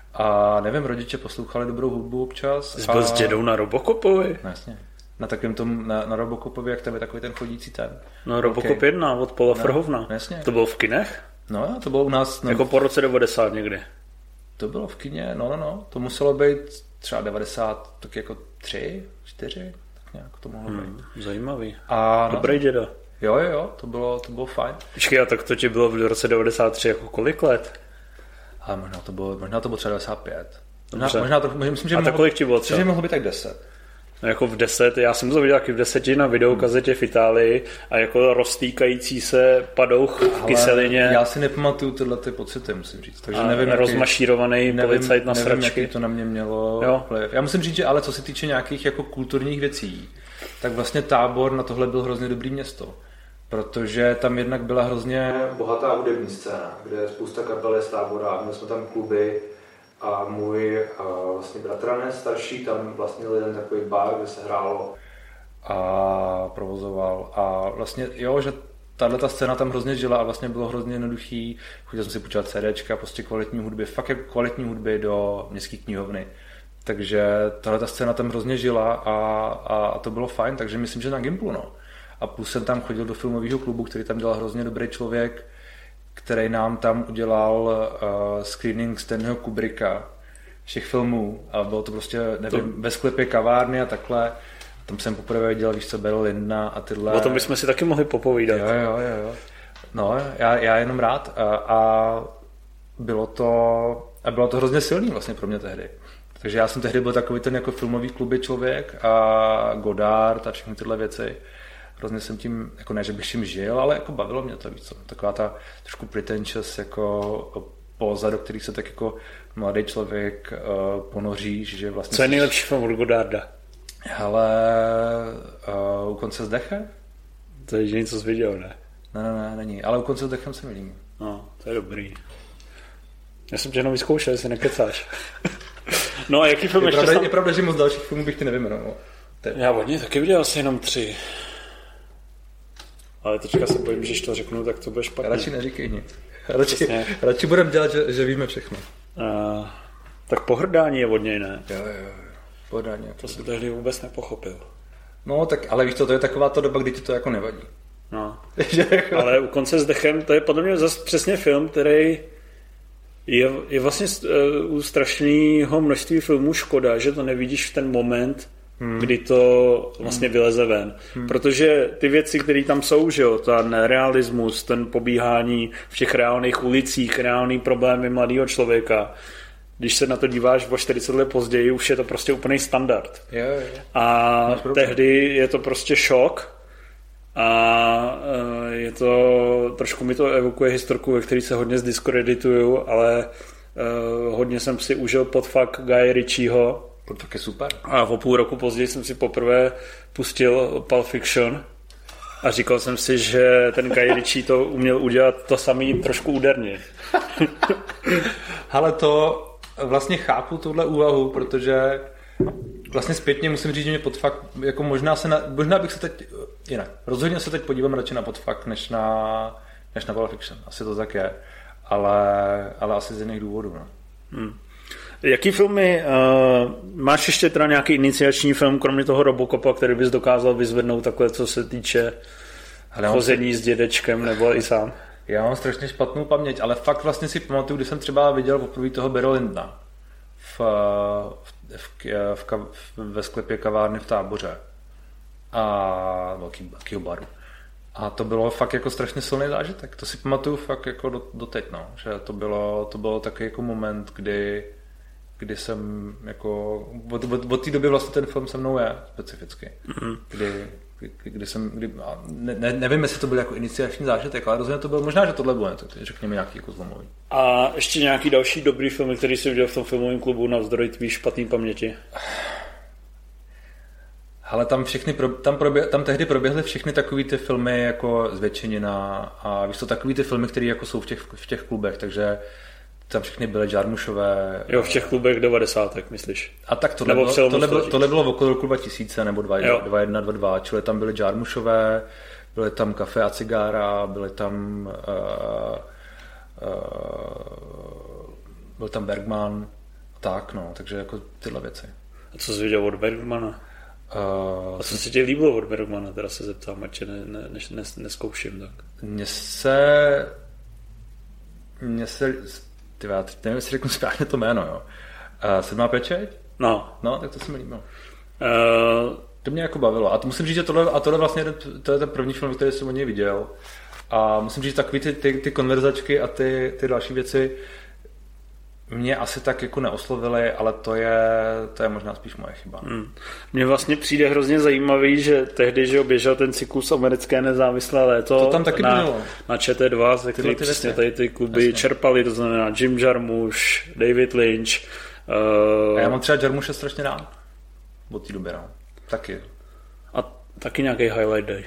A nevím, rodiče poslouchali dobrou hudbu občas. Jsi byl s dědou na Robocopovi? No, jasně. Na takovém tom, na Robocopovi, jak tam je takový ten chodící ten. No Robocop 1 od Paula Verhoevena. Jasně. To bylo v kinech? No, to bylo u nás. No, jako po roce 90 někdy. To bylo v kině, no. To muselo být třeba 90, tak jako 3, 4, tak nějak to mohlo být. Zajímavý. A dobrý děda. Jo, to bylo fajn. Počkej, a tak to ti bylo v roce 93 jako kolik let? Ale možná to bylo třeba 95. Možná to, myslím, že a tak kolik ti bylo třeba? Že mohlo být tak 10. No jako v 10, já jsem to viděl taky v 10 na videokazetě v Itálii a jako roztýkající se padouch v kyselině. Já si nepamatuju tyhle ty pocity, musím říct. Takže nevím, rozmašírovaný policajt na sračky. Nevím, to na mě mělo vliv. Já musím říct, že ale co se týče nějakých jako kulturních věcí, tak vlastně Tábor na tohle byl hrozně dobrý město. Protože tam jednak byla hrozně bohatá hudební scéna, kde je spousta kapel z Tábora, měli jsme tam kluby a můj vlastně bratranec starší tam vlastně jeden takový bar, kde se hrálo a provozoval a vlastně že tato scéna tam hrozně žila a vlastně bylo hrozně jednoduchý, chodil jsem si počítat CDčka, prostě kvalitní hudby, fakt jako kvalitní hudby do městské knihovny. Takže tato scéna tam hrozně žila a to bylo fajn, takže myslím, že na Gimplu, no. A plus jsem tam chodil do filmového klubu, který tam dělal hrozně dobrý člověk, který nám tam udělal screening Stanleyho Kubricka všech filmů a bylo to prostě, nevím, ve sklepě kavárny a takhle. Tam jsem poprvé dělal, víš co, Barry Lyndona a tyhle. O tom bychom si taky mohli popovídat. Jo. No, já jenom rád a bylo to hrozně silný vlastně pro mě tehdy. Takže já jsem tehdy byl takový ten jako filmový kluby člověk a Godard a všechny tyhle věci. Hrozně jsem tím, jako ne, že bych tím žil, ale jako bavilo mě to, víc co. Taková ta trošku pretentious jako póza, do který se tak jako mladý člověk ponoří, že vlastně... Co je nejlepší film od Godarda? Hele, U konce s dechem? To je jediný, co jsi viděl, ne? Ne, není, ale U konce s dechem se mi líbí. No, to je dobrý. Já jsem tě jenom vyzkoušel, jestli nekecáš. No a jaký film ještě Je pravda, že moc dalších filmů bych ti nevymenoval. Já od něj taky viděl asi jenom 3. Ale teďka se bojím, že když to řeknu, tak to bude špatně. Radši neříkej nic. Radši budeme dělat, že víme všechno. Tak Pohrdání je od něj, ne? Jo. Pohrdání. To jsem tehdy vůbec nepochopil. No, tak, ale víš to je taková ta doba, kdy ti to jako nevadí. No. Ale U konce s dechem, to je podle mě zase přesně film, který je vlastně u strašného množství filmů škoda, že to nevidíš v ten moment, kdy to vlastně vyleze ven. Protože ty věci, které tam jsou, že jo, ten realismus, ten pobíhání v těch reálných ulicích, reálný problémy mladého člověka, když se na to díváš o 40 let později, už je to prostě úplný standard. Jo. A tehdy je to prostě šok a je to, trošku mi to evokuje historku, ve který se hodně zdiskredituju, ale hodně jsem si užil podfakt Guy Ritchieho. Tak je super. A o půl roku později jsem si poprvé pustil Pulp Fiction a říkal jsem si, že ten Guy Ritchie to uměl udělat to samý trošku úderně. Ale to vlastně chápu tuhle úvahu, protože vlastně zpětně musím říct, že mě Podfakt, jako možná bych se teď, jinak, rozhodně se teď podívám radši na Podfakt, než na Pulp Fiction. Asi to tak je, ale asi z jiných důvodů. No. Jaký filmy, máš ještě teda nějaký iniciační film, kromě toho Robocopa, který bys dokázal vyzvednout takhle, co se týče chození s dědečkem, nebo i sám? Já mám strašně špatnou paměť, ale fakt vlastně si pamatuju, když jsem třeba viděl poprvé toho Barry Lyndona ve sklepě kavárny v Táboře a velkýho baru. A to bylo fakt jako strašně silný zážitek. To si pamatuju fakt jako doteď, no. Že to bylo takový jako moment, kdy jsem jako od té doby vlastně ten film se mnou je specificky. Nevím, jestli to byl jako iniciační zážitek, ale rozhodně to bylo, možná, že tohle bylo, tak řekněme nějaký jako zlomový. A ještě nějaký další dobrý film, který jsi viděl v tom filmovém klubu navzdory tvý špatný paměti? Ale tam tehdy proběhly všechny takový ty filmy jako Zvětšenina a víš to, takový ty filmy, které jako jsou v těch klubech, takže tam všechny byly Jarmušové. Jo, v těch klubech 90, myslíš? A tak tohle bylo okolo roku 2000 nebo 2001, 2002, čili tam byly Jarmušové, byly tam Kafe a cigára, byl tam Bergman, Tak, no, takže jako tyhle věci. A co jsi viděl od Bergmana? A co se ti líbilo od Bergmana? Teda se zeptám, ať neskouším. Tak. Mně se nevím, jestli řeknu správně to jméno, jo. 7. pečeť? No, tak to se mi líbilo. To mě jako bavilo. A to musím říct, že tohle vlastně to je ten první film, který jsem od něj viděl. A musím říct, takový ty konverzačky a ty další věci mě asi tak jako neoslovily, ale to je možná spíš moje chyba. Mně vlastně přijde hrozně zajímavý, že tehdy, že běžel ten cyklus Americké nezávislé léto to tam taky bylo. Na ČT2, ze kterých přesně tady ty kluby čerpali, to znamená Jim Jarmusch, David Lynch. A já mám třeba Jarmusche strašně rád. Od té doby, no. Taky. A taky nějaký highlight day.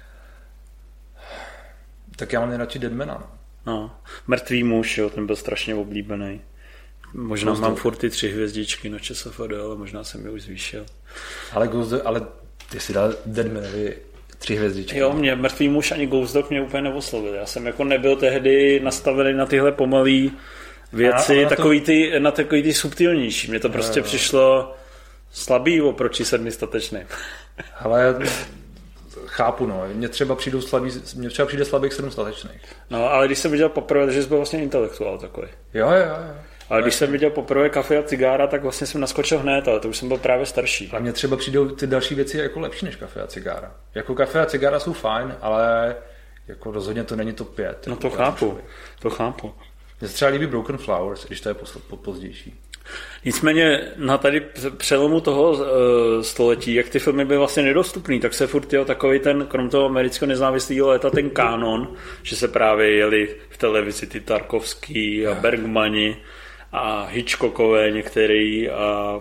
Tak já mám nejradši Deadmana. No. Mrtvý muž, jo, ten byl strašně oblíbený. Možná mám furt ty 3 hvězdičky na ČSFD, ale možná jsem je už zvýšil. Ale ty si dal Deadmanovi 3 hvězdičky. Jo, mě Mrtvý muž ani Ghost Dog mě úplně neoslovil. Já jsem jako nebyl tehdy nastavený na tyhle pomalý věci, na takový ty subtilnější. Mně to prostě přišlo slabý oproti 7 statečným. Ale chápu, no. Mně třeba přijde slabých 7 statečných. No, ale když jsem viděl poprvé, že jsi byl vlastně intelektuál takový. Jo. Ale když jsem viděl poprvé Kafe a cigára, tak vlastně jsem naskočil hned, ale to už jsem byl právě starší. A mně třeba přijdou ty další věci jako lepší než Kafe a cigára. Jako Kafe a cigára jsou fajn, ale jako rozhodně to není top 5. No to chápu. Mně se třeba líbí Broken Flowers, když to je pozdější. Nicméně na tady přelomu toho století, jak ty filmy byly vlastně nedostupný, tak se furt takový ten, krom toho amerického nezávislého léta, ten kánon, že se právě jeli v televizi ty Tarkovský a Bergmani a Hitchcockové některý a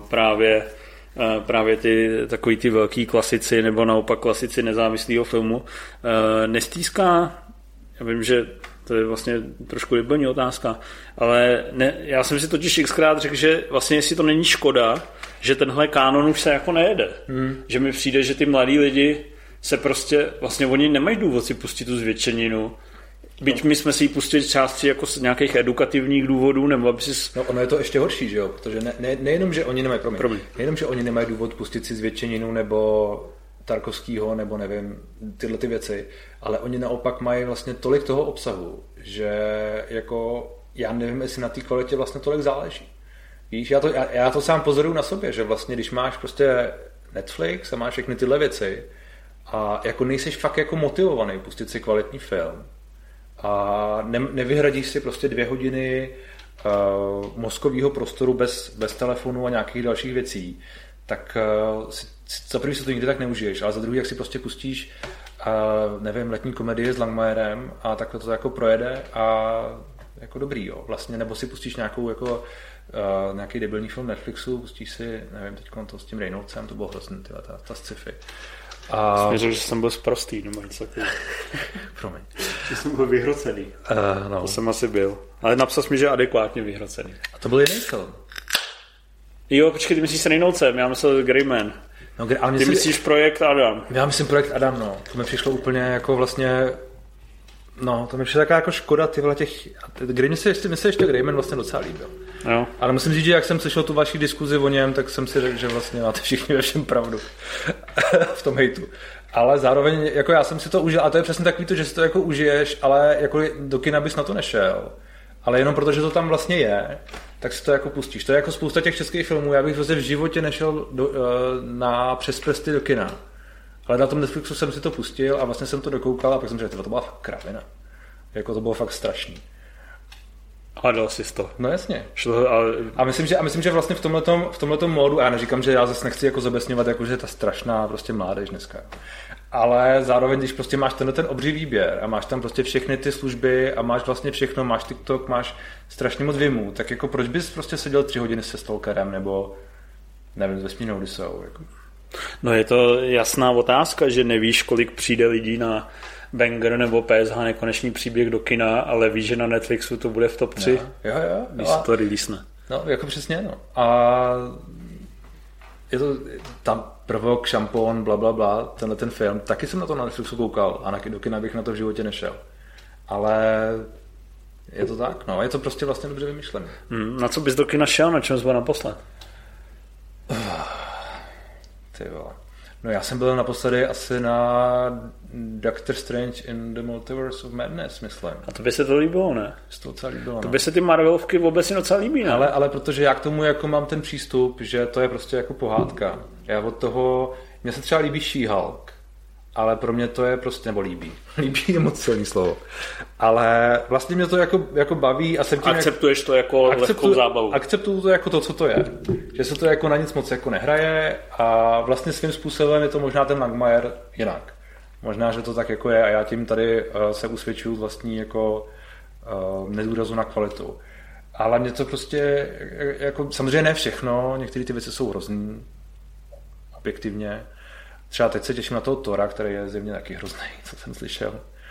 právě takový ty velký klasici nebo naopak klasici nezávislého filmu. Nestýská, já vím, že to je vlastně trošku debilní otázka, ale já jsem si totiž xkrát řekl, že vlastně jestli to není škoda, že tenhle kánon už se jako nejede. Že mi přijde, že ty mladí lidi se prostě, vlastně oni nemají důvod si pustit tu zvětšeninu. Byť my jsme si ji pustili části jako z nějakých edukativních důvodů, nebo aby si... No ono je to ještě horší, že jo? Protože nejenom, že oni nemají nejenom, že oni nemají důvod pustit si zvětšeninu nebo Tarkovskýho, nebo nevím, tyhle ty věci, ale oni naopak mají vlastně tolik toho obsahu, že jako já nevím, jestli na té kvalitě vlastně tolik záleží. Víš, já to sám pozoruju na sobě, že vlastně když máš prostě Netflix a máš všechny tyhle věci a jako nejseš fakt jako motivovaný pustit si kvalitní film a nevyhradíš si prostě 2 hodiny mozkového prostoru bez telefonu a nějakých dalších věcí, tak za první se to nikdy tak neužiješ, ale za druhý, jak si prostě pustíš nevím, letní komedie s Langmayerem a takhle to jako projede a jako dobrý, jo. Vlastně, nebo si pustíš nějaký debilní film Netflixu, pustíš si, nevím, teďko to s tím Reynoldsem, to bylo hrozný, ta sci-fi. Směřil, že jsem byl sprostý, nebo něco takového. Promiň. Že jsem byl vyhrocený. No. To jsem asi byl. Ale napsal jsi mi, že adekvátně vyhrocený. A to byl jiný film. Jo, počkej, ty myslíš s Reynoldsem, já myslel Greyman. No, ty myslíš Projekt Adam. Já myslím Projekt Adam, no. To mi přišlo úplně jako vlastně... No, to mi přišlo taková jako škoda tyhle těch... Mně se ještě Greyman vlastně docela líbil. Jo. Ale musím říct, že jak jsem slyšel tu vaši diskuzi o něm, tak jsem si řekl, že vlastně máte všichni ve všem pravdu. V tom hejtu. Ale zároveň, jako já jsem si to užil, a to je přesně takový to, že si to jako užiješ, ale jako do kina bys na to nešel. Ale jenom protože to tam vlastně je, tak si to jako pustíš. To je jako spousta těch českých filmů, já bych prostě v životě nešel přes prsty do kina. Ale na tom Netflixu jsem si to pustil a vlastně jsem to dokoukal a pak jsem řekl, to byla fakt kravina. Jako to bylo fakt strašný. A dal jsi to. No jasně. A myslím, že vlastně v tomhletom módu, já neříkám, že já zase nechci jako zabesňovat, jako, že je ta strašná prostě mládež dneska. Ale zároveň, když prostě máš ten obří výběr a máš tam prostě všechny ty služby a máš vlastně všechno, máš TikTok, máš strašně moc vimů, tak jako proč bys prostě seděl 3 hodiny se Stalkerem nebo nevím, s Vesmírnou Odisou, jako. No je to jasná otázka, že nevíš, kolik přijde lidí na Banger nebo PSH Nekonečný příběh do kina, ale víš, že na Netflixu to bude v top 3. Jo. Když se to release. No, jako přesně, no. A je to tam Prvok, Šampon, blablabla, tenhle ten film, taky jsem na to na Netflixu koukal a do kina bych na to v životě nešel. Ale Je to tak, no, je to prostě vlastně dobře vymyšlené. Na co bys do kina šel, na čem jsi byl naposled? Ty vole. No já jsem byl naposledy asi na Doctor Strange in the Multiverse of Madness, myslím. A to by se to líbilo, ne? To docela líbilo, to by se ty Marvelovky vůbec docela líbí, ne? Ale protože já k tomu jako mám ten přístup, že to je prostě jako pohádka. Já od toho, mně se třeba líbí She-Hulk, ale pro mě to je prostě, nebo líbí. Líbí je moc silný slovo. Ale vlastně mě to jako baví a jsem tím... Akceptuješ to jako lehkou zábavu. Akceptuju to jako to, co to je. Že se to jako na nic moc jako nehraje a vlastně svým způsobem je to možná ten Langmajer jinak. Možná, že to tak jako je a já tím tady se usvědčuju vlastní jako nedůrazu na kvalitu. Ale mě to prostě, jako samozřejmě ne všechno, některé ty věci jsou hrozný, objektivně. Třeba teď se těším na toho Thora, který je zjevně taky hrozný, co jsem slyšel.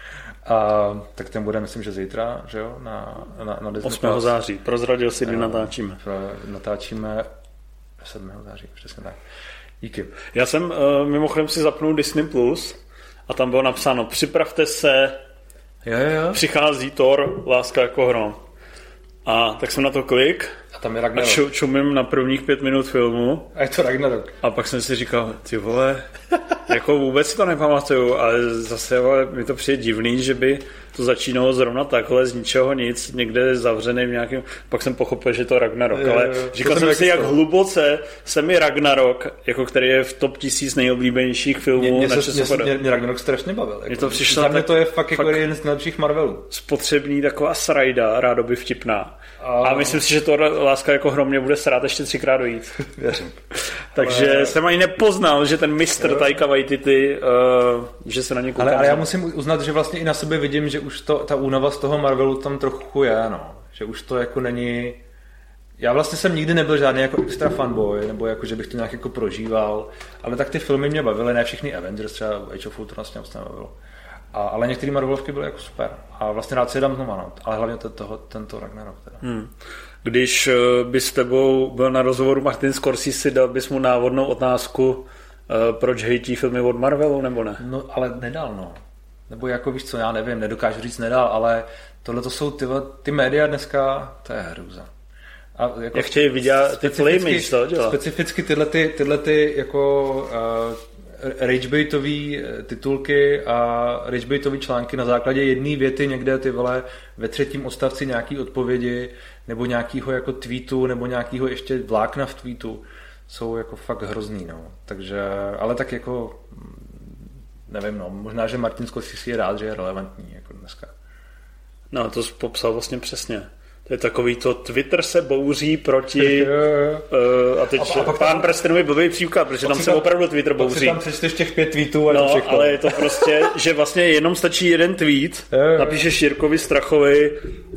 Tak ten bude, myslím, že zítra, že jo, na Disney+. 8. září, prozradil si, kdy natáčíme. Natáčíme 7. září, přesně tak. Díky. Já jsem mimochodem si zapnul Disney+, a tam bylo napsáno, připravte se, přichází Thor, láska jako hrom. A tak jsem na to klik a tam je Ragnarok. A čumím na prvních 5 minut filmu. A je to Ragnarok. A pak jsem si říkal, ty vole, jako vůbec si to nepamatuju, ale zase vole, mi to přijde divný, že by to začínalo zrovna takhle z ničeho nic, někde zavřený v nějakém, pak jsem pochopil, že to Ragnarok, ale říkal jsem si, jak hluboce se mi Ragnarok, jako který je v top 1000 nejoblíbenějších filmů mě Ragnarok strašně bavil. Jako, to přišlo za mě to je fakt jako jeden z nejlepších Marvelů. Spotřebný taková srajda, rádoby vtipná. A myslím si, že to láska jako hrom mě bude srát ještě 3krát dojít. Věřím. Takže jsem ani nepoznal, že ten mistr Taika Waititi, že se na ně koukám. Ale já musím uznat, že vlastně i na sebe vidím, že už ta únava z toho Marvelu tam trochu je, no. Že už to jako není... Já vlastně jsem nikdy nebyl žádný jako extra fanboy, nebo jako, že bych to nějak jako prožíval, ale tak ty filmy mě bavily, ne všechny Avengers, třeba Age of Ultron mě vlastně bavilo. Ale některé Marvelovky byly jako super. A vlastně rád si je dám znova, no. Ale hlavně tento Ragnarok teda. Když by s tebou byl na rozhovoru Martin Scorsese, dal bys mu návodnou otázku, proč hejtí filmy od Marvelu, nebo ne? No, ale nedal, no. Nebo jako víš co, já nevím, nedokážu říct nedal, ale tohle to jsou ty média dneska, to je hrůza. A jako jak chtějí vidět ty flamey, co dělá? Specificky tyhle ty jako ragebaitové titulky a ragebaitové články na základě jedné věty někde ty vole ve 3. odstavci nějaký odpovědi nebo nějakýho jako tweetu nebo nějakýho ještě vlákna v tweetu jsou jako fakt hrozný, no. Takže, ale tak jako nevím, no, možná, že Martin Scorsese je rád, že je relevantní jako dneska. No, to jsi popsal vlastně přesně. To je takový to, Twitter se bouří proti a teď pán prstenový blbý příklad, protože tam se opravdu Twitter bouří. Pak si tam přečteš těch 5 tweetů a no, všechno. Ale je to prostě, že vlastně jenom stačí jeden tweet, napíšeš Jirkovi Strachovi,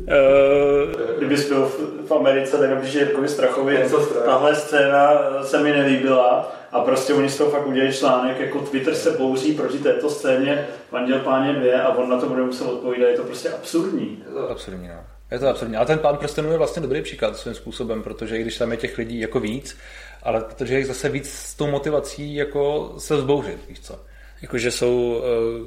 kdybys byl v Americe, tak napíšeš Jirkovi Strachovi, tahle scéna se mi nelíbila a prostě oni z toho fakt udělají článek, jako Twitter se bouří proti této scéně Manžel páně 2 a on na to bude muset odpovídat, je to prostě absurdní. Je to absurdní, no. Je to absurdní. Ale ten pán prstenů je vlastně dobrý příklad svým způsobem, protože i když tam je těch lidí jako víc, ale protože je jich zase víc s tou motivací jako se vzbouřit, víš co? Jakože jsou...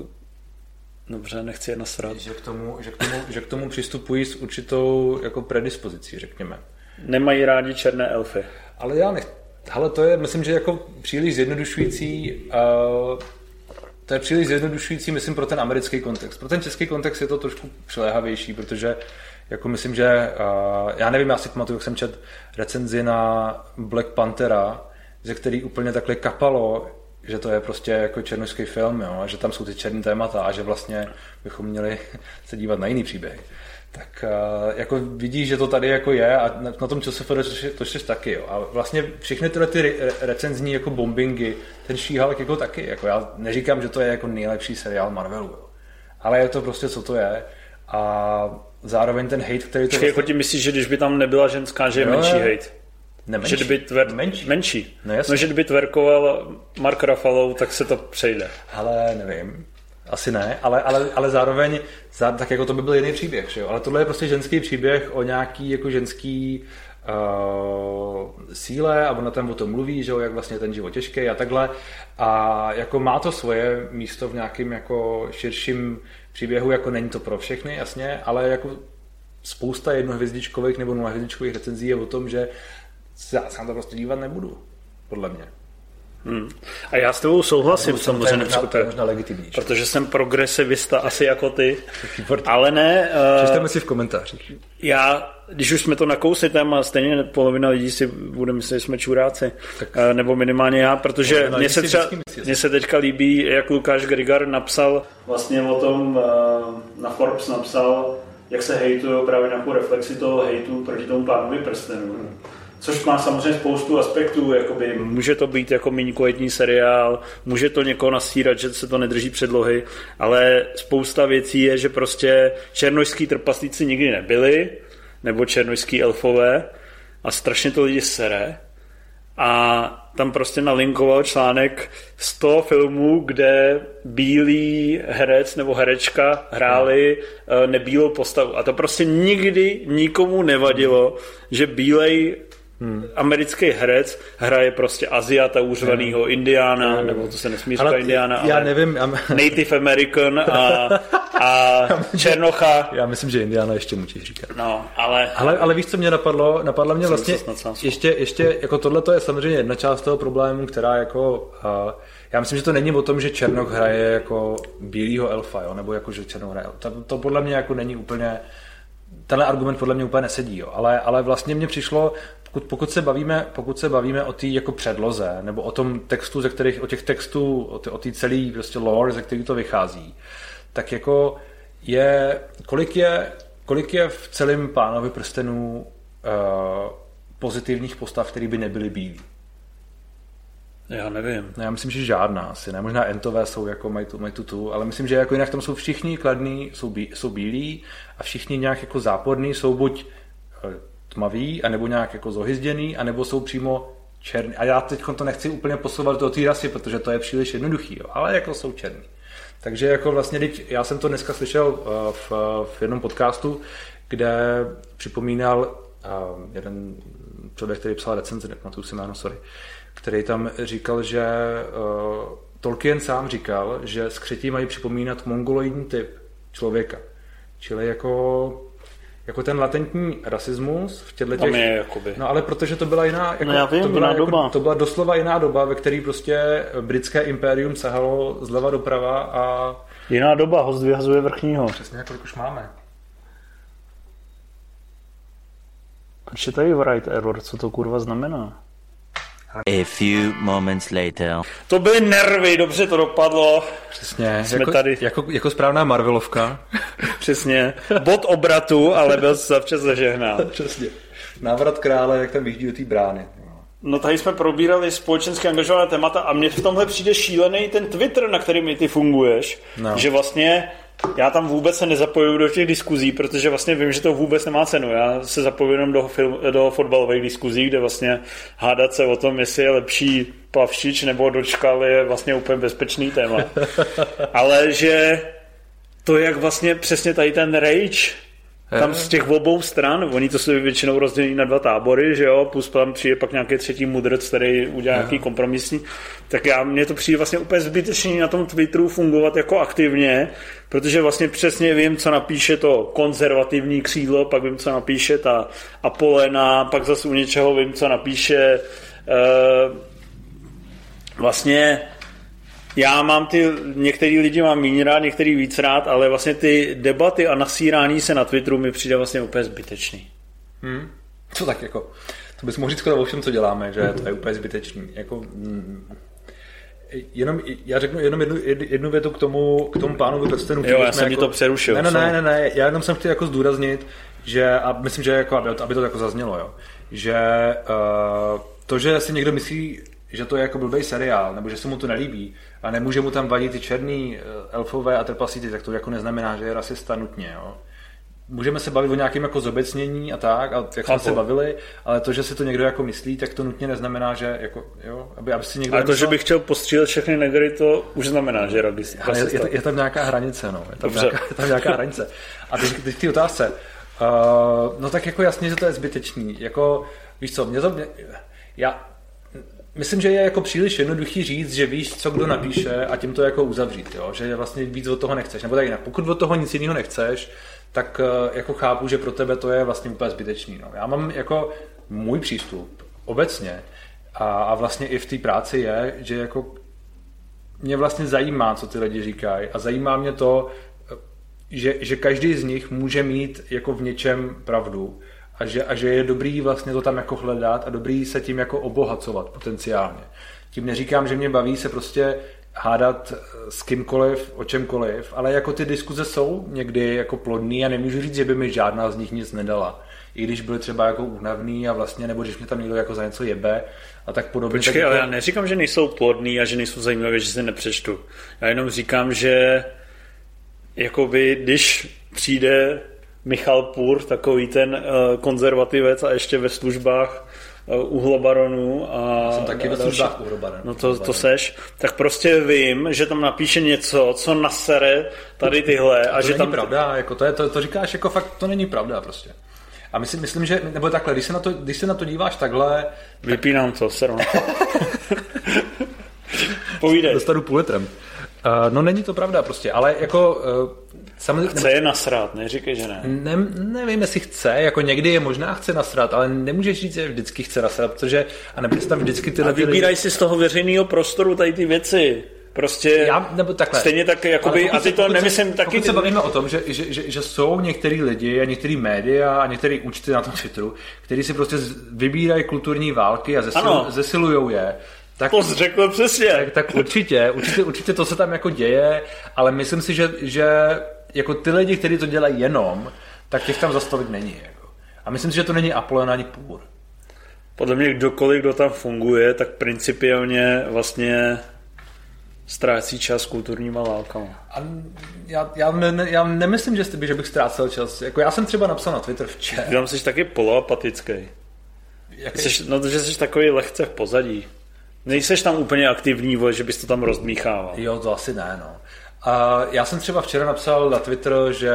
Dobře, nechci je nasrat. Že k tomu přistupují s určitou jako predispozicí, řekněme. Nemají rádi černé elfy. Ale já nechci. Hele, to je, myslím, že jako příliš zjednodušující... To je příliš zjednodušující, myslím, pro ten americký kontext. Pro ten český kontext je to trošku přiléhavější, protože jako myslím, že já nevím, já si pamatuju, jak jsem četl recenzi na Black Panthera, ze který úplně takhle kapalo, že to je prostě jako černošský film, jo, a že tam jsou ty černý témata a že vlastně bychom měli se dívat na jiný příběh. Tak jako vidíš, že to tady jako je a na tom ČSFD to šeš taky, jo. A vlastně všechny tyhle ty recenzní jako bombingy, ten She-Hulk jako taky, jako já neříkám, že to je jako nejlepší seriál Marvelu, jo. Ale je to prostě, co to je. A zároveň ten hate, který to vlastně... jako ti myslíš, že když by tam nebyla ženská, že je menší hate? Nemenší. Že kdyby menší. No, že kdyby twerkoval Mark Ruffalo, tak se to přejde. Ale nevím. Asi ne, ale zároveň tak jako to by byl jiný příběh, že jo? Ale tohle je prostě ženský příběh o nějaký jako ženský síle a ona tam o tom mluví, že jo, jak vlastně ten život těžký a takhle a jako má to svoje místo v nějakém jako širším příběhu, jako není to pro všechny, jasně, ale jako spousta jednohvězdičkových nebo nulahvězdičkových recenzí je o tom, že já se na to prostě dívat nebudu, podle mě. A já s tebou souhlasím samozřejmě, to je možná legitimní. Protože jsem progresivista asi jako ty, ale ne... Přečteme si v komentářích. Já, když už jsme to nakousli téma, stejně polovina lidí si bude myslet, že jsme čuráci, nebo minimálně já, protože mně se teďka líbí, jak Lukáš Grigar napsal vlastně o tom, na Forbes napsal, jak se hejtují právě nějakou reflexi toho hejtu proti tomu Pánovi prstenů. Což má samozřejmě spoustu aspektů, jakoby může to být jako méně kvalitní seriál, může to někoho nasírat, že se to nedrží předlohy, ale spousta věcí je, že prostě černošský trpaslíci nikdy nebyli, nebo černošský elfové a strašně to lidi sere a tam prostě nalinkoval článek 100 filmů, kde bílý herec nebo herečka hráli nebílou postavu a to prostě nikdy nikomu nevadilo, že bílej americký herec hraje prostě Aziata, úřvanýho Indiána, nebo to se nesmí říkat Indiána, ale já nevím, Native American a Černocha. Já myslím, že Indiána ještě může říkat. No, ale víš, co mě napadlo? Napadla mě vlastně ještě jako tohle to je samozřejmě jedna část toho problému, která jako já myslím, že to není o tom, že Černoch hraje jako bílýho elfa, jo? Nebo jako, že Černoch hraje. To podle mě jako není úplně tenhle argument podle mě úplně nesedí, jo? Ale vlastně mně přišlo, pokud se bavíme o té jako předloze, nebo o tom textu, o těch textů, o té celé prostě lore, ze kterých to vychází, tak jako kolik je v celém Pánovi prstenů pozitivních postav, které by nebyly bílí? Já nevím. Já myslím, že žádná asi, ne? Možná entové jsou jako mají tu, ale myslím, že jako jinak tam jsou všichni kladní, jsou bílí a všichni nějak jako záporní, jsou buď tmaví, anebo nějak jako zohyzděný, anebo jsou přímo černý. A já teď to nechci úplně posouvat do té rasy, protože to je příliš jednoduchý, jo, ale jako jsou černý. Takže jako vlastně, já jsem to dneska slyšel v jednom podcastu, kde připomínal jeden člověk, který psal recenzi, nepamatuji si jméno, sorry, který tam říkal, že Tolkien sám říkal, že skřetí mají připomínat mongoloidní typ člověka. Čili jako ten latentní rasismus v těchto těch... No ale protože to byla jiná... Jako, no já vím, doba. To byla doslova jiná doba, ve které prostě britské impérium sahalo zleva doprava a... Jiná doba, host vyhazuje vrchního. Přesně, kolik už máme. Proč je tady write error? Co to kurva znamená? A few moments later. To byly nervy, dobře to dopadlo. Přesně, jako správná Marvelovka. Přesně, bod obratu, ale byl zavčas zažehnán. Přesně, návrat krále, jak tam vyjíždí do té brány. No tady jsme probírali společensky angažované témata a mně v tomhle přijde šílený ten Twitter, na kterým ty funguješ, že vlastně já tam vůbec se nezapojuju do těch diskuzí, protože vlastně vím, že to vůbec nemá cenu. Já se zapojuju jenom do fotbalových diskuzí, kde vlastně hádat se o tom, jestli je lepší Plavšič nebo Dočkal, je vlastně úplně bezpečný téma. Ale že to, jak vlastně přesně tady ten rage tam z těch obou stran, oni to se většinou rozdělí na dva tábory, že jo, plus tam přijde pak nějaký třetí mudrc, který udělá nějaký kompromisní, tak mně to přijde vlastně úplně zbytečný na tom Twitteru fungovat jako aktivně, protože vlastně přesně vím, co napíše to konzervativní křídlo, pak vím, co napíše ta Apolena, pak zase u něčeho vím, co napíše vlastně já mám některý lidi mám méně rád, některý víc rád, ale vlastně ty debaty a nasírání se na Twitteru mi přijde vlastně úplně zbytečný. Co tak jako? To bys mohl říct o všem, co děláme, že to je úplně zbytečný. Jako, já řeknu jenom jednu větu k tomu Pánovi prstenů. Jo, já jsem ti to přerušil. Ne, já jenom jsem chtěl jako zdůraznit, že, a myslím, že jako, aby to jako zaznělo, jo, že to, že si někdo myslí, že to je jako blbej seriál, nebo že se mu to nelíbí a nemůže mu tam vadit ty černý elfové a trpaslíci, tak to jako neznamená, že je rasista nutně. Jo. Můžeme se bavit o nějakém jako zobecnění a tak, a jak jsme se bavili, ale to, že si to někdo jako myslí, tak to nutně neznamená, že jako, jo, aby si někdo... Ale to, že bych chtěl postřílet všechny negry, to už znamená, že je rasista. Je tam nějaká hranice, no. Je tam nějaká hranice. A teď ty otázce. No tak jako jasně, že to je zbytečný. Jako, víš co, myslím, že je jako příliš jednoduchý říct, že víš, co kdo napíše a tím to jako uzavřít, jo? Že vlastně víc od toho nechceš. Nebo tak jinak, pokud od toho nic jiného nechceš, tak jako chápu, že pro tebe to je vlastně úplně zbytečný. No. Já mám jako můj přístup obecně a vlastně i v té práci je, že jako mě vlastně zajímá, co ty lidi říkají a zajímá mě to, že každý z nich může mít jako v něčem pravdu a že je dobrý vlastně to tam jako hledat a dobrý se tím jako obohacovat potenciálně. Tím neříkám, že mě baví se prostě hádat s kýmkoliv, o čemkoliv, ale jako ty diskuze jsou někdy jako plodný a nemůžu říct, že by mi žádná z nich nic nedala. I když byly třeba jako únavný a vlastně, nebo když mě tam někdo jako za něco jebe a tak podobně. Počkej, tak ale jako... já neříkám, že nejsou plodný a že nejsou zajímavé, že si nepřečtu. Já jenom říkám, že jakoby, když přijde Michal Pur, takový ten konzervativec a ještě ve službách uhlobaronů a jsem taky ve službách uhlobaronů. No to seš. Tak prostě vím, že tam napíše něco, co nasere tady tyhle. A že není tam pravda, jako to říkáš jako fakt, to není pravda prostě. A myslím, že, nebo takhle, když se na to díváš takhle... Vypínám to, seru na to. Povídej. Dostanu půl litrem. No není to pravda prostě, ale jako... Chce je nasrát, neříkej, že ne. Nevím, jestli chce, jako někdy je možná chce nasrat, ale nemůžeš říct, že vždycky chce nasrat, protože a nebudeš tam vždycky tyhle... A vybírají si z toho veřejného prostoru tady ty věci. Prostě nebo takhle. Stejně tak, jakoby, a ty to nemyslím taky... Pokud se bavíme o tom, že jsou některý lidi a některý média a některý účty na tom Twitteru, který si prostě vybírají kulturní války a zesilujou je, tak, to jsi řekl přesně. Tak určitě to se tam jako děje, ale myslím si, že jako ty lidi, kteří to dělají jenom, tak těch tam zastavit není. Jako. A myslím si, že to není Apollon ani Pur. Podle mě kdokoliv, kdo tam funguje, tak principiálně vlastně ztrácí čas kulturníma válkama. A já nemyslím, že bych ztrácel čas. Jako já jsem třeba napsal na Twitter včera. Ty tam jsi taky poloapatický. Že jsi takový lehce v pozadí. Nejseš tam úplně aktivní, že bys to tam rozdmíchával. Jo, to asi ne, no. A já jsem třeba včera napsal na Twitter, že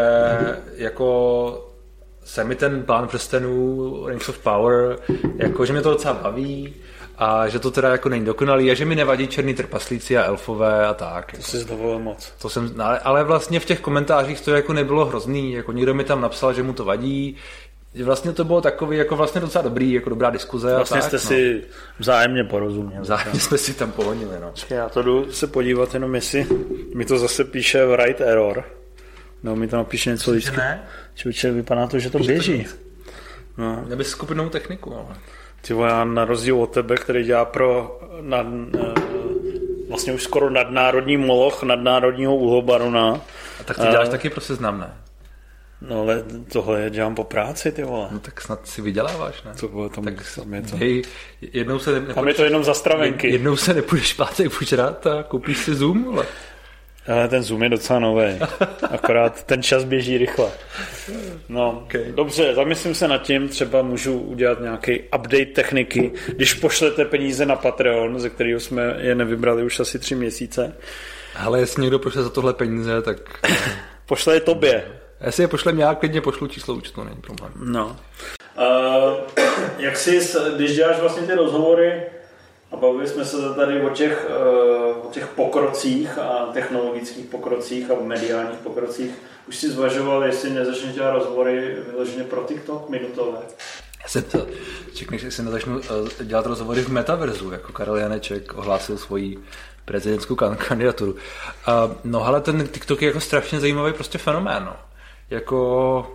jako se mi ten Pán prstenů, Rings of Power, jako, že mě to docela baví a že to teda jako není dokonalý a že mi nevadí černý trpaslíci a elfové a tak. To jsi dovolil moc. Ale vlastně v těch komentářích to jako nebylo hrozný, jako někdo mi tam napsal, že mu to vadí, že vlastně to bylo takový jako vlastně docela dobrý, jako dobrá diskuze. Vlastně a tak, jste si vzájemně porozuměli. Vzájemně jsme si tam pohodili, no. Já to jdu se podívat jenom, jestli mi to zase píše write error. No, mi to napíše něco vždycky. Čuče, vypadá to, že to běží. No. Měl bys skupinou techniku, ale... Ty vole, já na rozdíl od tebe, který dělá pro vlastně už skoro nadnárodní moloch, nadnárodního uhlobarona. A tak ty děláš taky pro Seznam, ne? No ale tohle dělám po práci, ty vole. No tak snad si vyděláváš, ne? To bylo tam, tak je to. Jednou se tam je to jenom za stravenky. Jednou se nepůjdeš pátek požrat a koupíš si Zoom, ale... Ale ten Zoom je docela nový. Akorát ten čas běží rychle. No, okay. Dobře, zamyslím se nad tím, třeba můžu udělat nějaký update techniky, když pošlete peníze na Patreon, ze kterého jsme je nevybrali už asi 3 měsíce. Ale jestli někdo pošle za tohle peníze, tak... Pošle je tobě. Jestli je pošlem já, klidně pošlu číslo účtu, není problém. No. Jak si, když děláš vlastně ty rozhovory, a bavili jsme se tady o těch pokrocích a technologických pokrocích a mediálních pokrocích. Už si zvažoval, jestli nezačneš dělat rozhovory vyloženě pro TikTok minutové? Já jsem to čekneš, jestli nezačnu dělat rozhovory v metaverzu, jako Karel Janeček ohlásil svoji prezidentskou kandidaturu. No ale ten TikTok je jako strašně zajímavý prostě fenomén. No. Jako...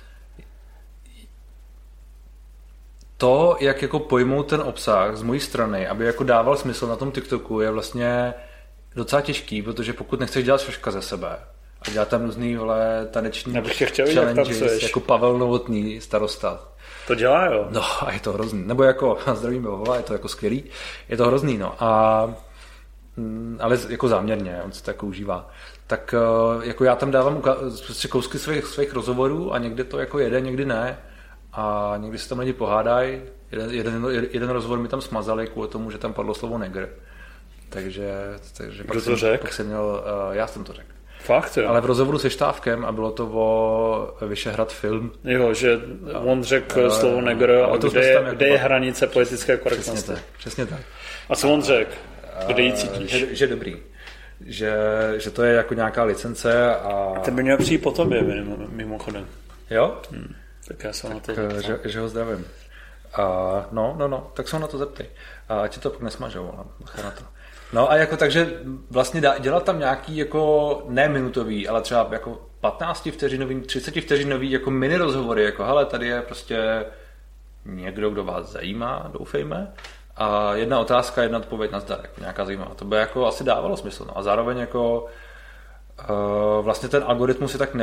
To, jak jako pojmout ten obsah z mojí strany, aby jako dával smysl na tom TikToku, je vlastně docela těžký, protože pokud nechceš dělat šoška ze sebe a dělat tam různý taneční challenges, jako Pavel Novotný, starosta. To dělá, jo? No a je to hrozný. Nebo jako, zdravím Boha, je to jako skvělý. Je to hrozný, no. Ale jako záměrně, on se to jako užívá. Tak jako já tam dávám kousky svých rozhovorů a někdy to jako jede, někdy ne. A někdy se tam lidi pohádají. Jeden rozhovor mi tam smazali kvůli tomu, že tam padlo slovo negr. Takže kdo to řekl? Já jsem to řekl. Fakt, jo. Ale v rozhovoru se Štávkem a bylo to o Vyšehrad film. Jo, že on řekl slovo negr a kde je hranice politické korektnosti. Přesně tak. A co on řekl? Kde ji cítíš? Že dobrý. Že to je jako nějaká licence a... Ten by měl přijít po tobě, mimochodem. Jo? Tak já se na to že ho zdravím. No, tak se na to zeptej. A ti to pak nesmažou, na to. No a jako takže vlastně dělat tam nějaký jako ne minutový, ale třeba jako 15 vteřinový, 30 vteřinový jako mini rozhovory, jako hele, tady je prostě někdo, kdo vás zajímá, doufejme. A jedna otázka, jedna odpověď na zdar, jako nějaká zajímavá. To by jako asi dávalo smysl. No. A zároveň jako vlastně ten algoritmus je tak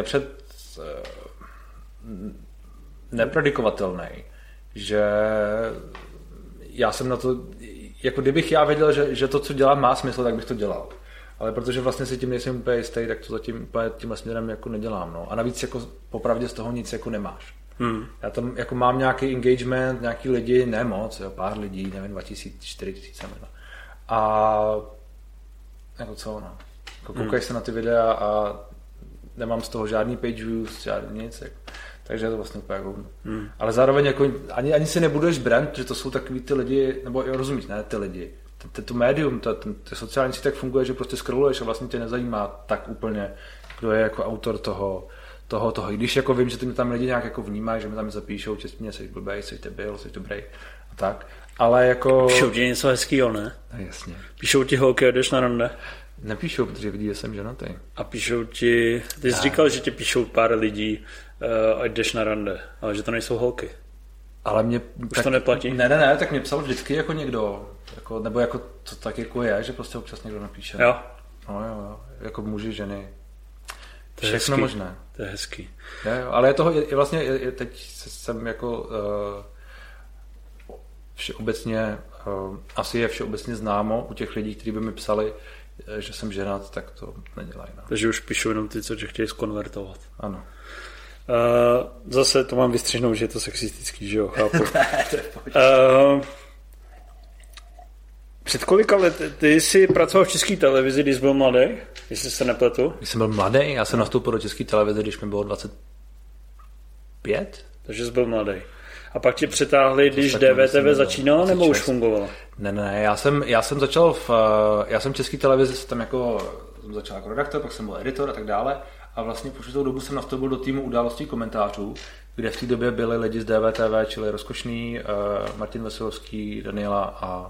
nepredikovatelný, že já jsem na to, jako kdybych já věděl, že to, co dělám, má smysl, tak bych to dělal. Ale protože vlastně si tím nejsem úplně jistý, tak to zatím úplně tímhle směrem jako nedělám. No. A navíc jako popravdě z toho nic jako nemáš. Já tam jako mám nějaký engagement, nějaký lidi, ne moc, jo, pár lidí, nevím, 2000-4000 možná. A jako co, no. Jako koukají se na ty videa a nemám z toho žádný page views, žádný nic. Jako. Takže je to vlastně úplně jako... Ale zároveň jako ani si nebudeš brand, protože to jsou takový ty lidi, nebo jo, rozumíš, ne, ty lidi. To médium, ty sociální sítě tak funguje, že prostě scrolluješ a vlastně tě nezajímá tak úplně, kdo je jako autor toho. I když jako vím, že ty mě tam lidi nějak jako vnímají, že mi tam zapíšou, že mě jsi blbej, jsi debil, jsi dobrý a tak. Ale jako... Píšou ti něco hezkýho, ne? No, jasně. Píšou ti holky, jdeš na rande? Nepíšou, protože vidí, že jsem ženatý. A píšou ti... Ty jsi říkal, že ti píšou pár lidí, ať jdeš na rande, ale že to nejsou holky. Ale mě... Už tak, to neplatí? Ne, tak mě psal vždycky jako někdo, jako, nebo jako to tak jako je, že prostě občas někdo napíše. Jo? No jo, jako muži, ženy. To je všechno hezký. Možné. To je hezký. Jo, ale je vlastně, teď jsem jako všeobecně, asi je všeobecně známo u těch lidí, kteří by mi psali, že jsem ženat, tak to nedělají. No. Takže už píšou jenom ty, co chtějí zkonvertovat. Ano. Zase to mám vystřihnout, že je to sexistický, že jo, chápu. Před kolika let, ty jsi pracoval v České televizi, když jsi byl mladý, jestli se nepletu? Když jsem byl mladý, já jsem nastoupil do České televize, když mi bylo 25. Takže jsi byl mladý. A pak tě přetáhli, když DVTV začínalo, nebo už fungovalo? Ne, já jsem začal já jsem v České televizi, tam jako začal jako redaktor, pak jsem byl editor a tak dále. A vlastně po určitou dobu jsem nastoupil do týmu událostí komentářů, kde v té době byli lidi z DVTV, čili Rozkošný, Martin Veselovský, Daniela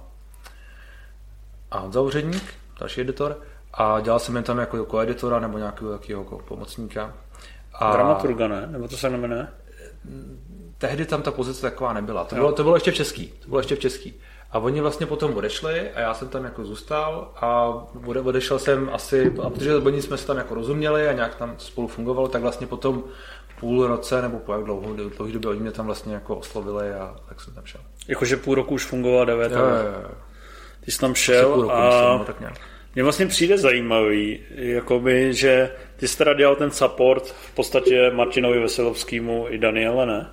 a Honza Úředník, další editor. A dělal jsem jen tam jako koeditora nebo nějakého takového pomocníka. Dramaturga, ne? Nebo to se jmenuje? Tehdy tam ta pozice taková nebyla. To bylo ještě v český. A oni vlastně potom odešli a já jsem tam jako zůstal a odešel jsem asi, a protože oni jsme se tam jako rozuměli a nějak tam spolu fungovalo, tak vlastně potom půl roce nebo po jak dlouhý době oni mě tam vlastně jako oslovili a tak jsem tam šel. Jakože půl roku už fungoval DVTV. Jo. Ty jsi tam šel a tak nějak. Mně vlastně přijde zajímavý, jakoby, že ty jsi teda dělal ten support v podstatě Martinovi Veselovskému i Daniele, ne?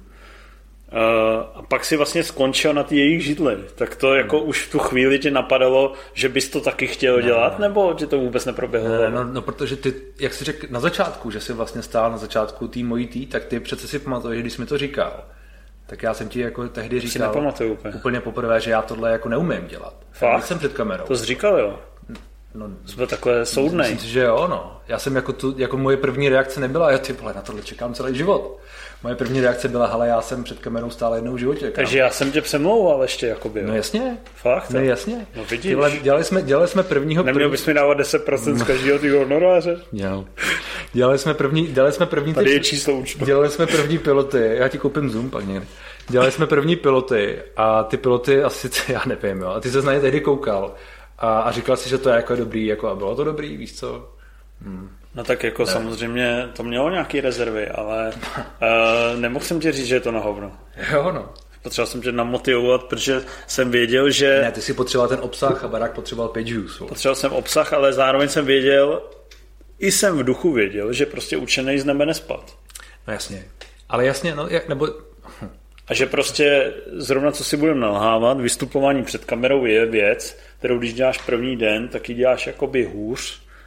A pak si vlastně skončil na ty jejich židli. Tak to jako už v tu chvíli tě napadalo, že bys to taky chtěl dělat, nebo že to vůbec neproběhlo? No, protože ty, jak jsi řekl na začátku, že jsi vlastně stál na začátku té mojí tak ty přece si pamatuješ, když jsi mi to říkal. Tak já jsem ti jako tehdy říkal úplně poprvé, že já tohle jako neumím dělat. Fakt? Jsem před kamerou. To jsi říkal, jo? No, jsme takhle soudnej. Myslím si, že jo, no. Já jsem jako moje první reakce nebyla, ty vole, na tohle čekám celý život. Moje první reakce byla, hele, já jsem před kamerou stál jednou v životě. Takže já jsem tě přemlouval ještě, jakoby. No jasně. Fakt? No jasně. No vidíš. Ty vole, dělali jsme prvního... Neměl bys mi dávat 10% z každého tvýho honoráře? Jo. Dělali jsme první... Tady je číslo účtu. Dělali jsme první piloty, já ti koupím Zoom pak někdy. Dělali jsme první piloty a ty piloty asi, já nevím, jo. A ty se na ně tehdy koukal a říkal si, že to je jako dobrý, jako a bylo to dobrý, víš co? No tak jako samozřejmě to mělo nějaký rezervy, ale nemohl jsem ti říct, že je to na hovno. Jo, no. Potřeboval jsem tě namotivovat, protože jsem věděl, že... Ne, ty si potřeboval ten obsah a Barák potřeboval page views. Potřeboval jsem obsah, ale zároveň jsem věděl, i jsem v duchu věděl, že prostě učenej z nebe nespat. No jasně. Ale jasně, no nebo... A že prostě zrovna co si budeme nalhávat, vystupování před kamerou je věc, kterou když děláš první den, tak ji děláš jakoby hůř,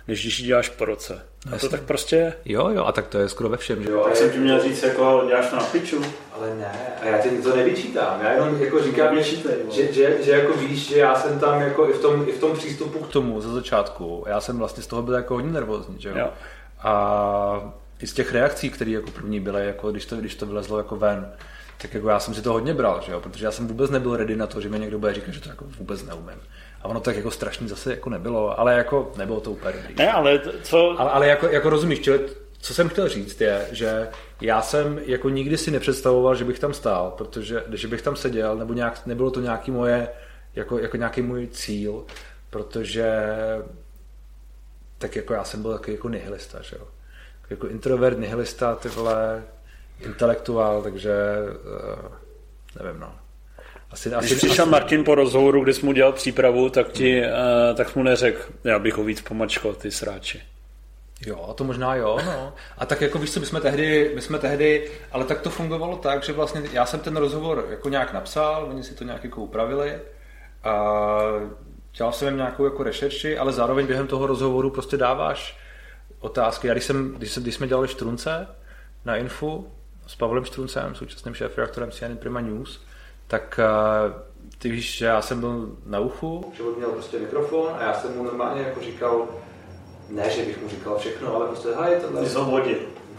než když ji děláš po roce. A to tak prostě je. Jo, a tak to je skoro ve všem, že jo. Tak jsem ti měl říct, jako děláš to na piču. Ale ne, a já ti to nevyčítám, já jenom jako říkám, že jako víš, že já jsem tam jako i v tom přístupu k tomu ze začátku, já jsem vlastně z toho byl jako hodně nervózní, že jo. A i z těch reakcí, které jako první byly, jako když to vylezlo jako ven, tak jako já jsem si to hodně bral, že jo, protože já jsem vůbec nebyl ready na to, že mi někdo bude říkat, že to jako vůbec neumím. A ono tak jako strašný zase jako nebylo, ale jako nebylo to úplně dobrý. Ne, ale co... Ale jako rozumíš, čili co jsem chtěl říct je, že já jsem jako nikdy si nepředstavoval, že bych tam stál, protože když bych tam seděl, nebo nebylo to nějaký moje, jako nějaký můj cíl, protože tak jako já jsem byl takový jako nihilista, že jo. Jako introvert, nihilista, ty vole, intelektuál, takže nevím, no. Když přišel Martin po rozhovoru, kdy jsi mu dělal přípravu, tak mu neřekl, já bych ho víc pomačkal, ty sráči. Jo, to možná jo, no. A tak jako víš co, my jsme tehdy, ale tak to fungovalo tak, že vlastně já jsem ten rozhovor jako nějak napsal, oni si to nějak jako upravili a dělal jsem nějakou jako rešerši, ale zároveň během toho rozhovoru prostě dáváš otázky. Já když jsme dělali Štrunce na Infu s Pavlem Štruncem, současným šéfredaktorem CNN Prima News, tak ty víš, že já jsem byl na uchu, že on měl prostě mikrofon a já jsem mu normálně jako říkal, ne, že bych mu říkal všechno, ale prostě hej, tohle... Ty jsi ho vodil.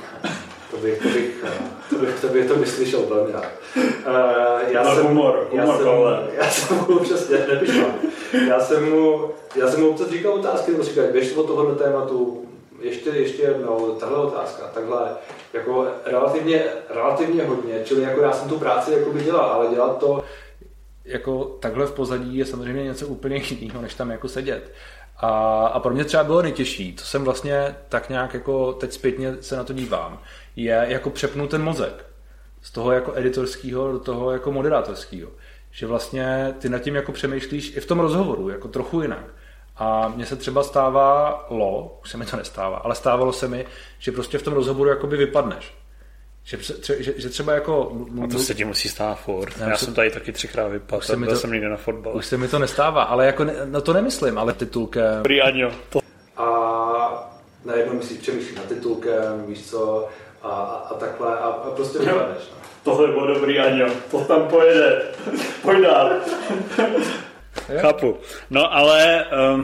To bych slyšel velmi rád. Já jsem mu přesně nepišla. Já jsem mu občas říkal otázky, nebo říkal, běž od tohohle tématu, ještě jednou, tahle otázka, takhle, jako relativně hodně, čili jako já jsem tu práci jako by dělal, ale dělat to jako takhle v pozadí je samozřejmě něco úplně jiného, než tam jako sedět. A pro mě třeba bylo nejtěžší, co jsem vlastně tak nějak jako teď zpětně se na to dívám, je jako přepnout ten mozek z toho jako editorského do toho jako moderátorského. Že vlastně ty nad tím jako přemýšlíš i v tom rozhovoru, jako trochu jinak. A mně se třeba stávalo, už se mi to nestává, ale stávalo se mi, že prostě v tom rozhovoru jakoby vypadneš. Že třeba jako... A to se ti musí stát furt. Já jsem tady taky 3krát vypadl, byl jsem někde na fotbale. Už se mi to nestává, ale jako no to nemyslím, ale titulkem... Dobrý, Aňo. A najednou myslíš přemýšlít nad titulkem, víš co, a takhle a prostě vypadneš. No. Tohle bylo dobrý, Aňo. To tam pojede. Pojď dál. Chápu. No ale...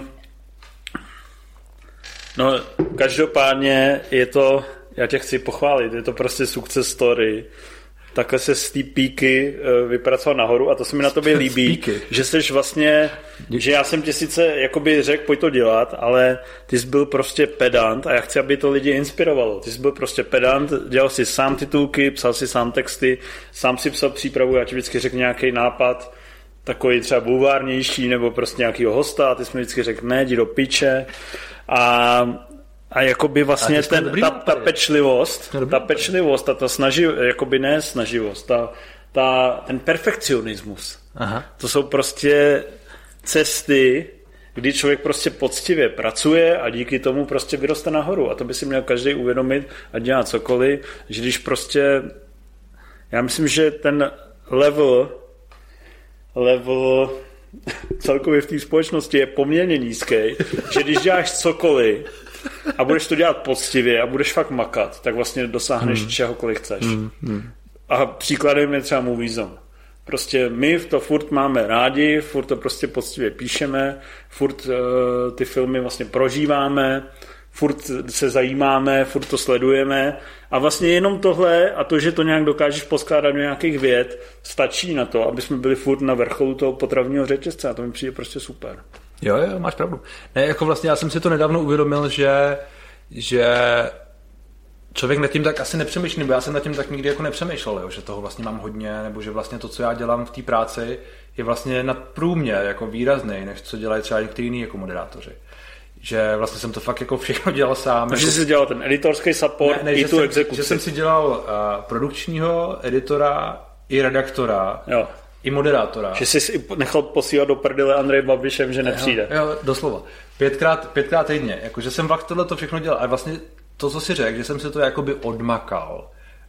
no každopádně je to... Já tě chci pochválit, je to prostě success story. Takhle se z té píky vypracoval nahoru a to se mi na tobě líbí, že seš vlastně, že já jsem ti sice jakoby řekl, pojď to dělat, ale ty jsi byl prostě pedant a já chci, aby to lidi inspirovalo. Ty jsi byl prostě pedant, dělal si sám titulky, psal si sám texty, sám si psal přípravu, já ti vždycky řekl nějaký nápad, takový třeba bulvárnější nebo prostě nějakýho hosta a ty jsi mi vždycky řekl, ne, jdi do piče a jakoby vlastně ta pečlivost a ta jakoby ne snaživost, ten perfekcionismus. Aha. To jsou prostě cesty, kdy člověk prostě poctivě pracuje a díky tomu prostě vyroste nahoru. A to by si měl každý uvědomit a dělat cokoliv, že když prostě, já myslím, že ten level celkově v té společnosti je poměrně nízký, že když děláš cokoliv a budeš to dělat poctivě a budeš fakt makat, tak vlastně dosáhneš čehokoliv chceš. A příkladem je třeba Moviezone. Prostě my to furt máme rádi, furt to prostě poctivě píšeme, furt ty filmy vlastně prožíváme, furt se zajímáme, furt to sledujeme a vlastně jenom tohle a to, že to nějak dokážeš poskládat do nějakých vět, stačí na to, aby jsme byli furt na vrcholu toho potravního řetězce a to mi přijde prostě super. Jo, máš pravdu. Ne, jako vlastně já jsem si to nedávno uvědomil, že člověk nad tím tak asi nepřemýšlí, nebo já jsem nad tím tak nikdy jako nepřemýšlel, jo, že toho vlastně mám hodně, nebo že vlastně to, co já dělám v té práci, je vlastně nadprůměr jako výrazný, než co dělají třeba některý jiný jako moderátoři. Že vlastně jsem to fakt jako všechno dělal sám. Takže jsi dělal ten editorský support i tu exekuci. Že jsem si dělal produkčního, editora i redaktora. Jo. I moderátora. Že jsi nechal posílat do prdele Andrej Babišem, že nepřijde. Jo, doslova. Pětkrát týdně. Jakože jsem fakt tohle to všechno dělal. A vlastně to, co si řekl, že jsem si to jakoby odmakal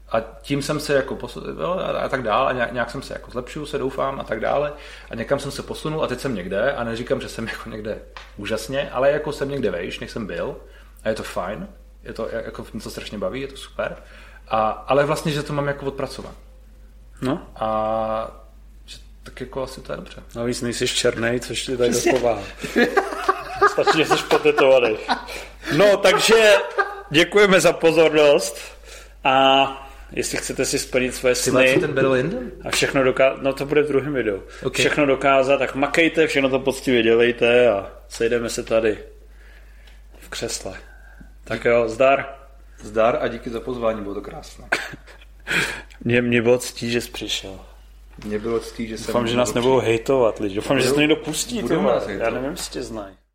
A tím jsem se jako posunul a tak dál a nějak jsem se jako zlepšil, se doufám a tak dále a někam jsem se posunul a teď jsem někde a neříkám, že jsem jako někde úžasně, ale jako jsem někde vejš, než jsem byl a je to fajn, je to jako mě to strašně baví, je to super, ale vlastně, že to mám jako odpracovat. No. A že tak jako asi to je dobře. Navíc nejsi černej, což ti tady dopováhá. Stačí, že jsi potetovaný. No, takže děkujeme za pozornost a jestli chcete si splnit své sny ten Battle Linden? a všechno dokázat, no to bude v druhém videu, všechno dokázat, tak makejte, všechno to poctivě dělejte a sejdeme se tady v křesle. Tak jo, zdar. Zdar a díky za pozvání, bylo to krásné. Mě bylo ctí, že jsi přišel. Mě bylo ctí, že jsem... Doufám, že nás nebudou hejtovat lidi. Doufám, že se to někdo pustí. Já nevím, jestli tě znají.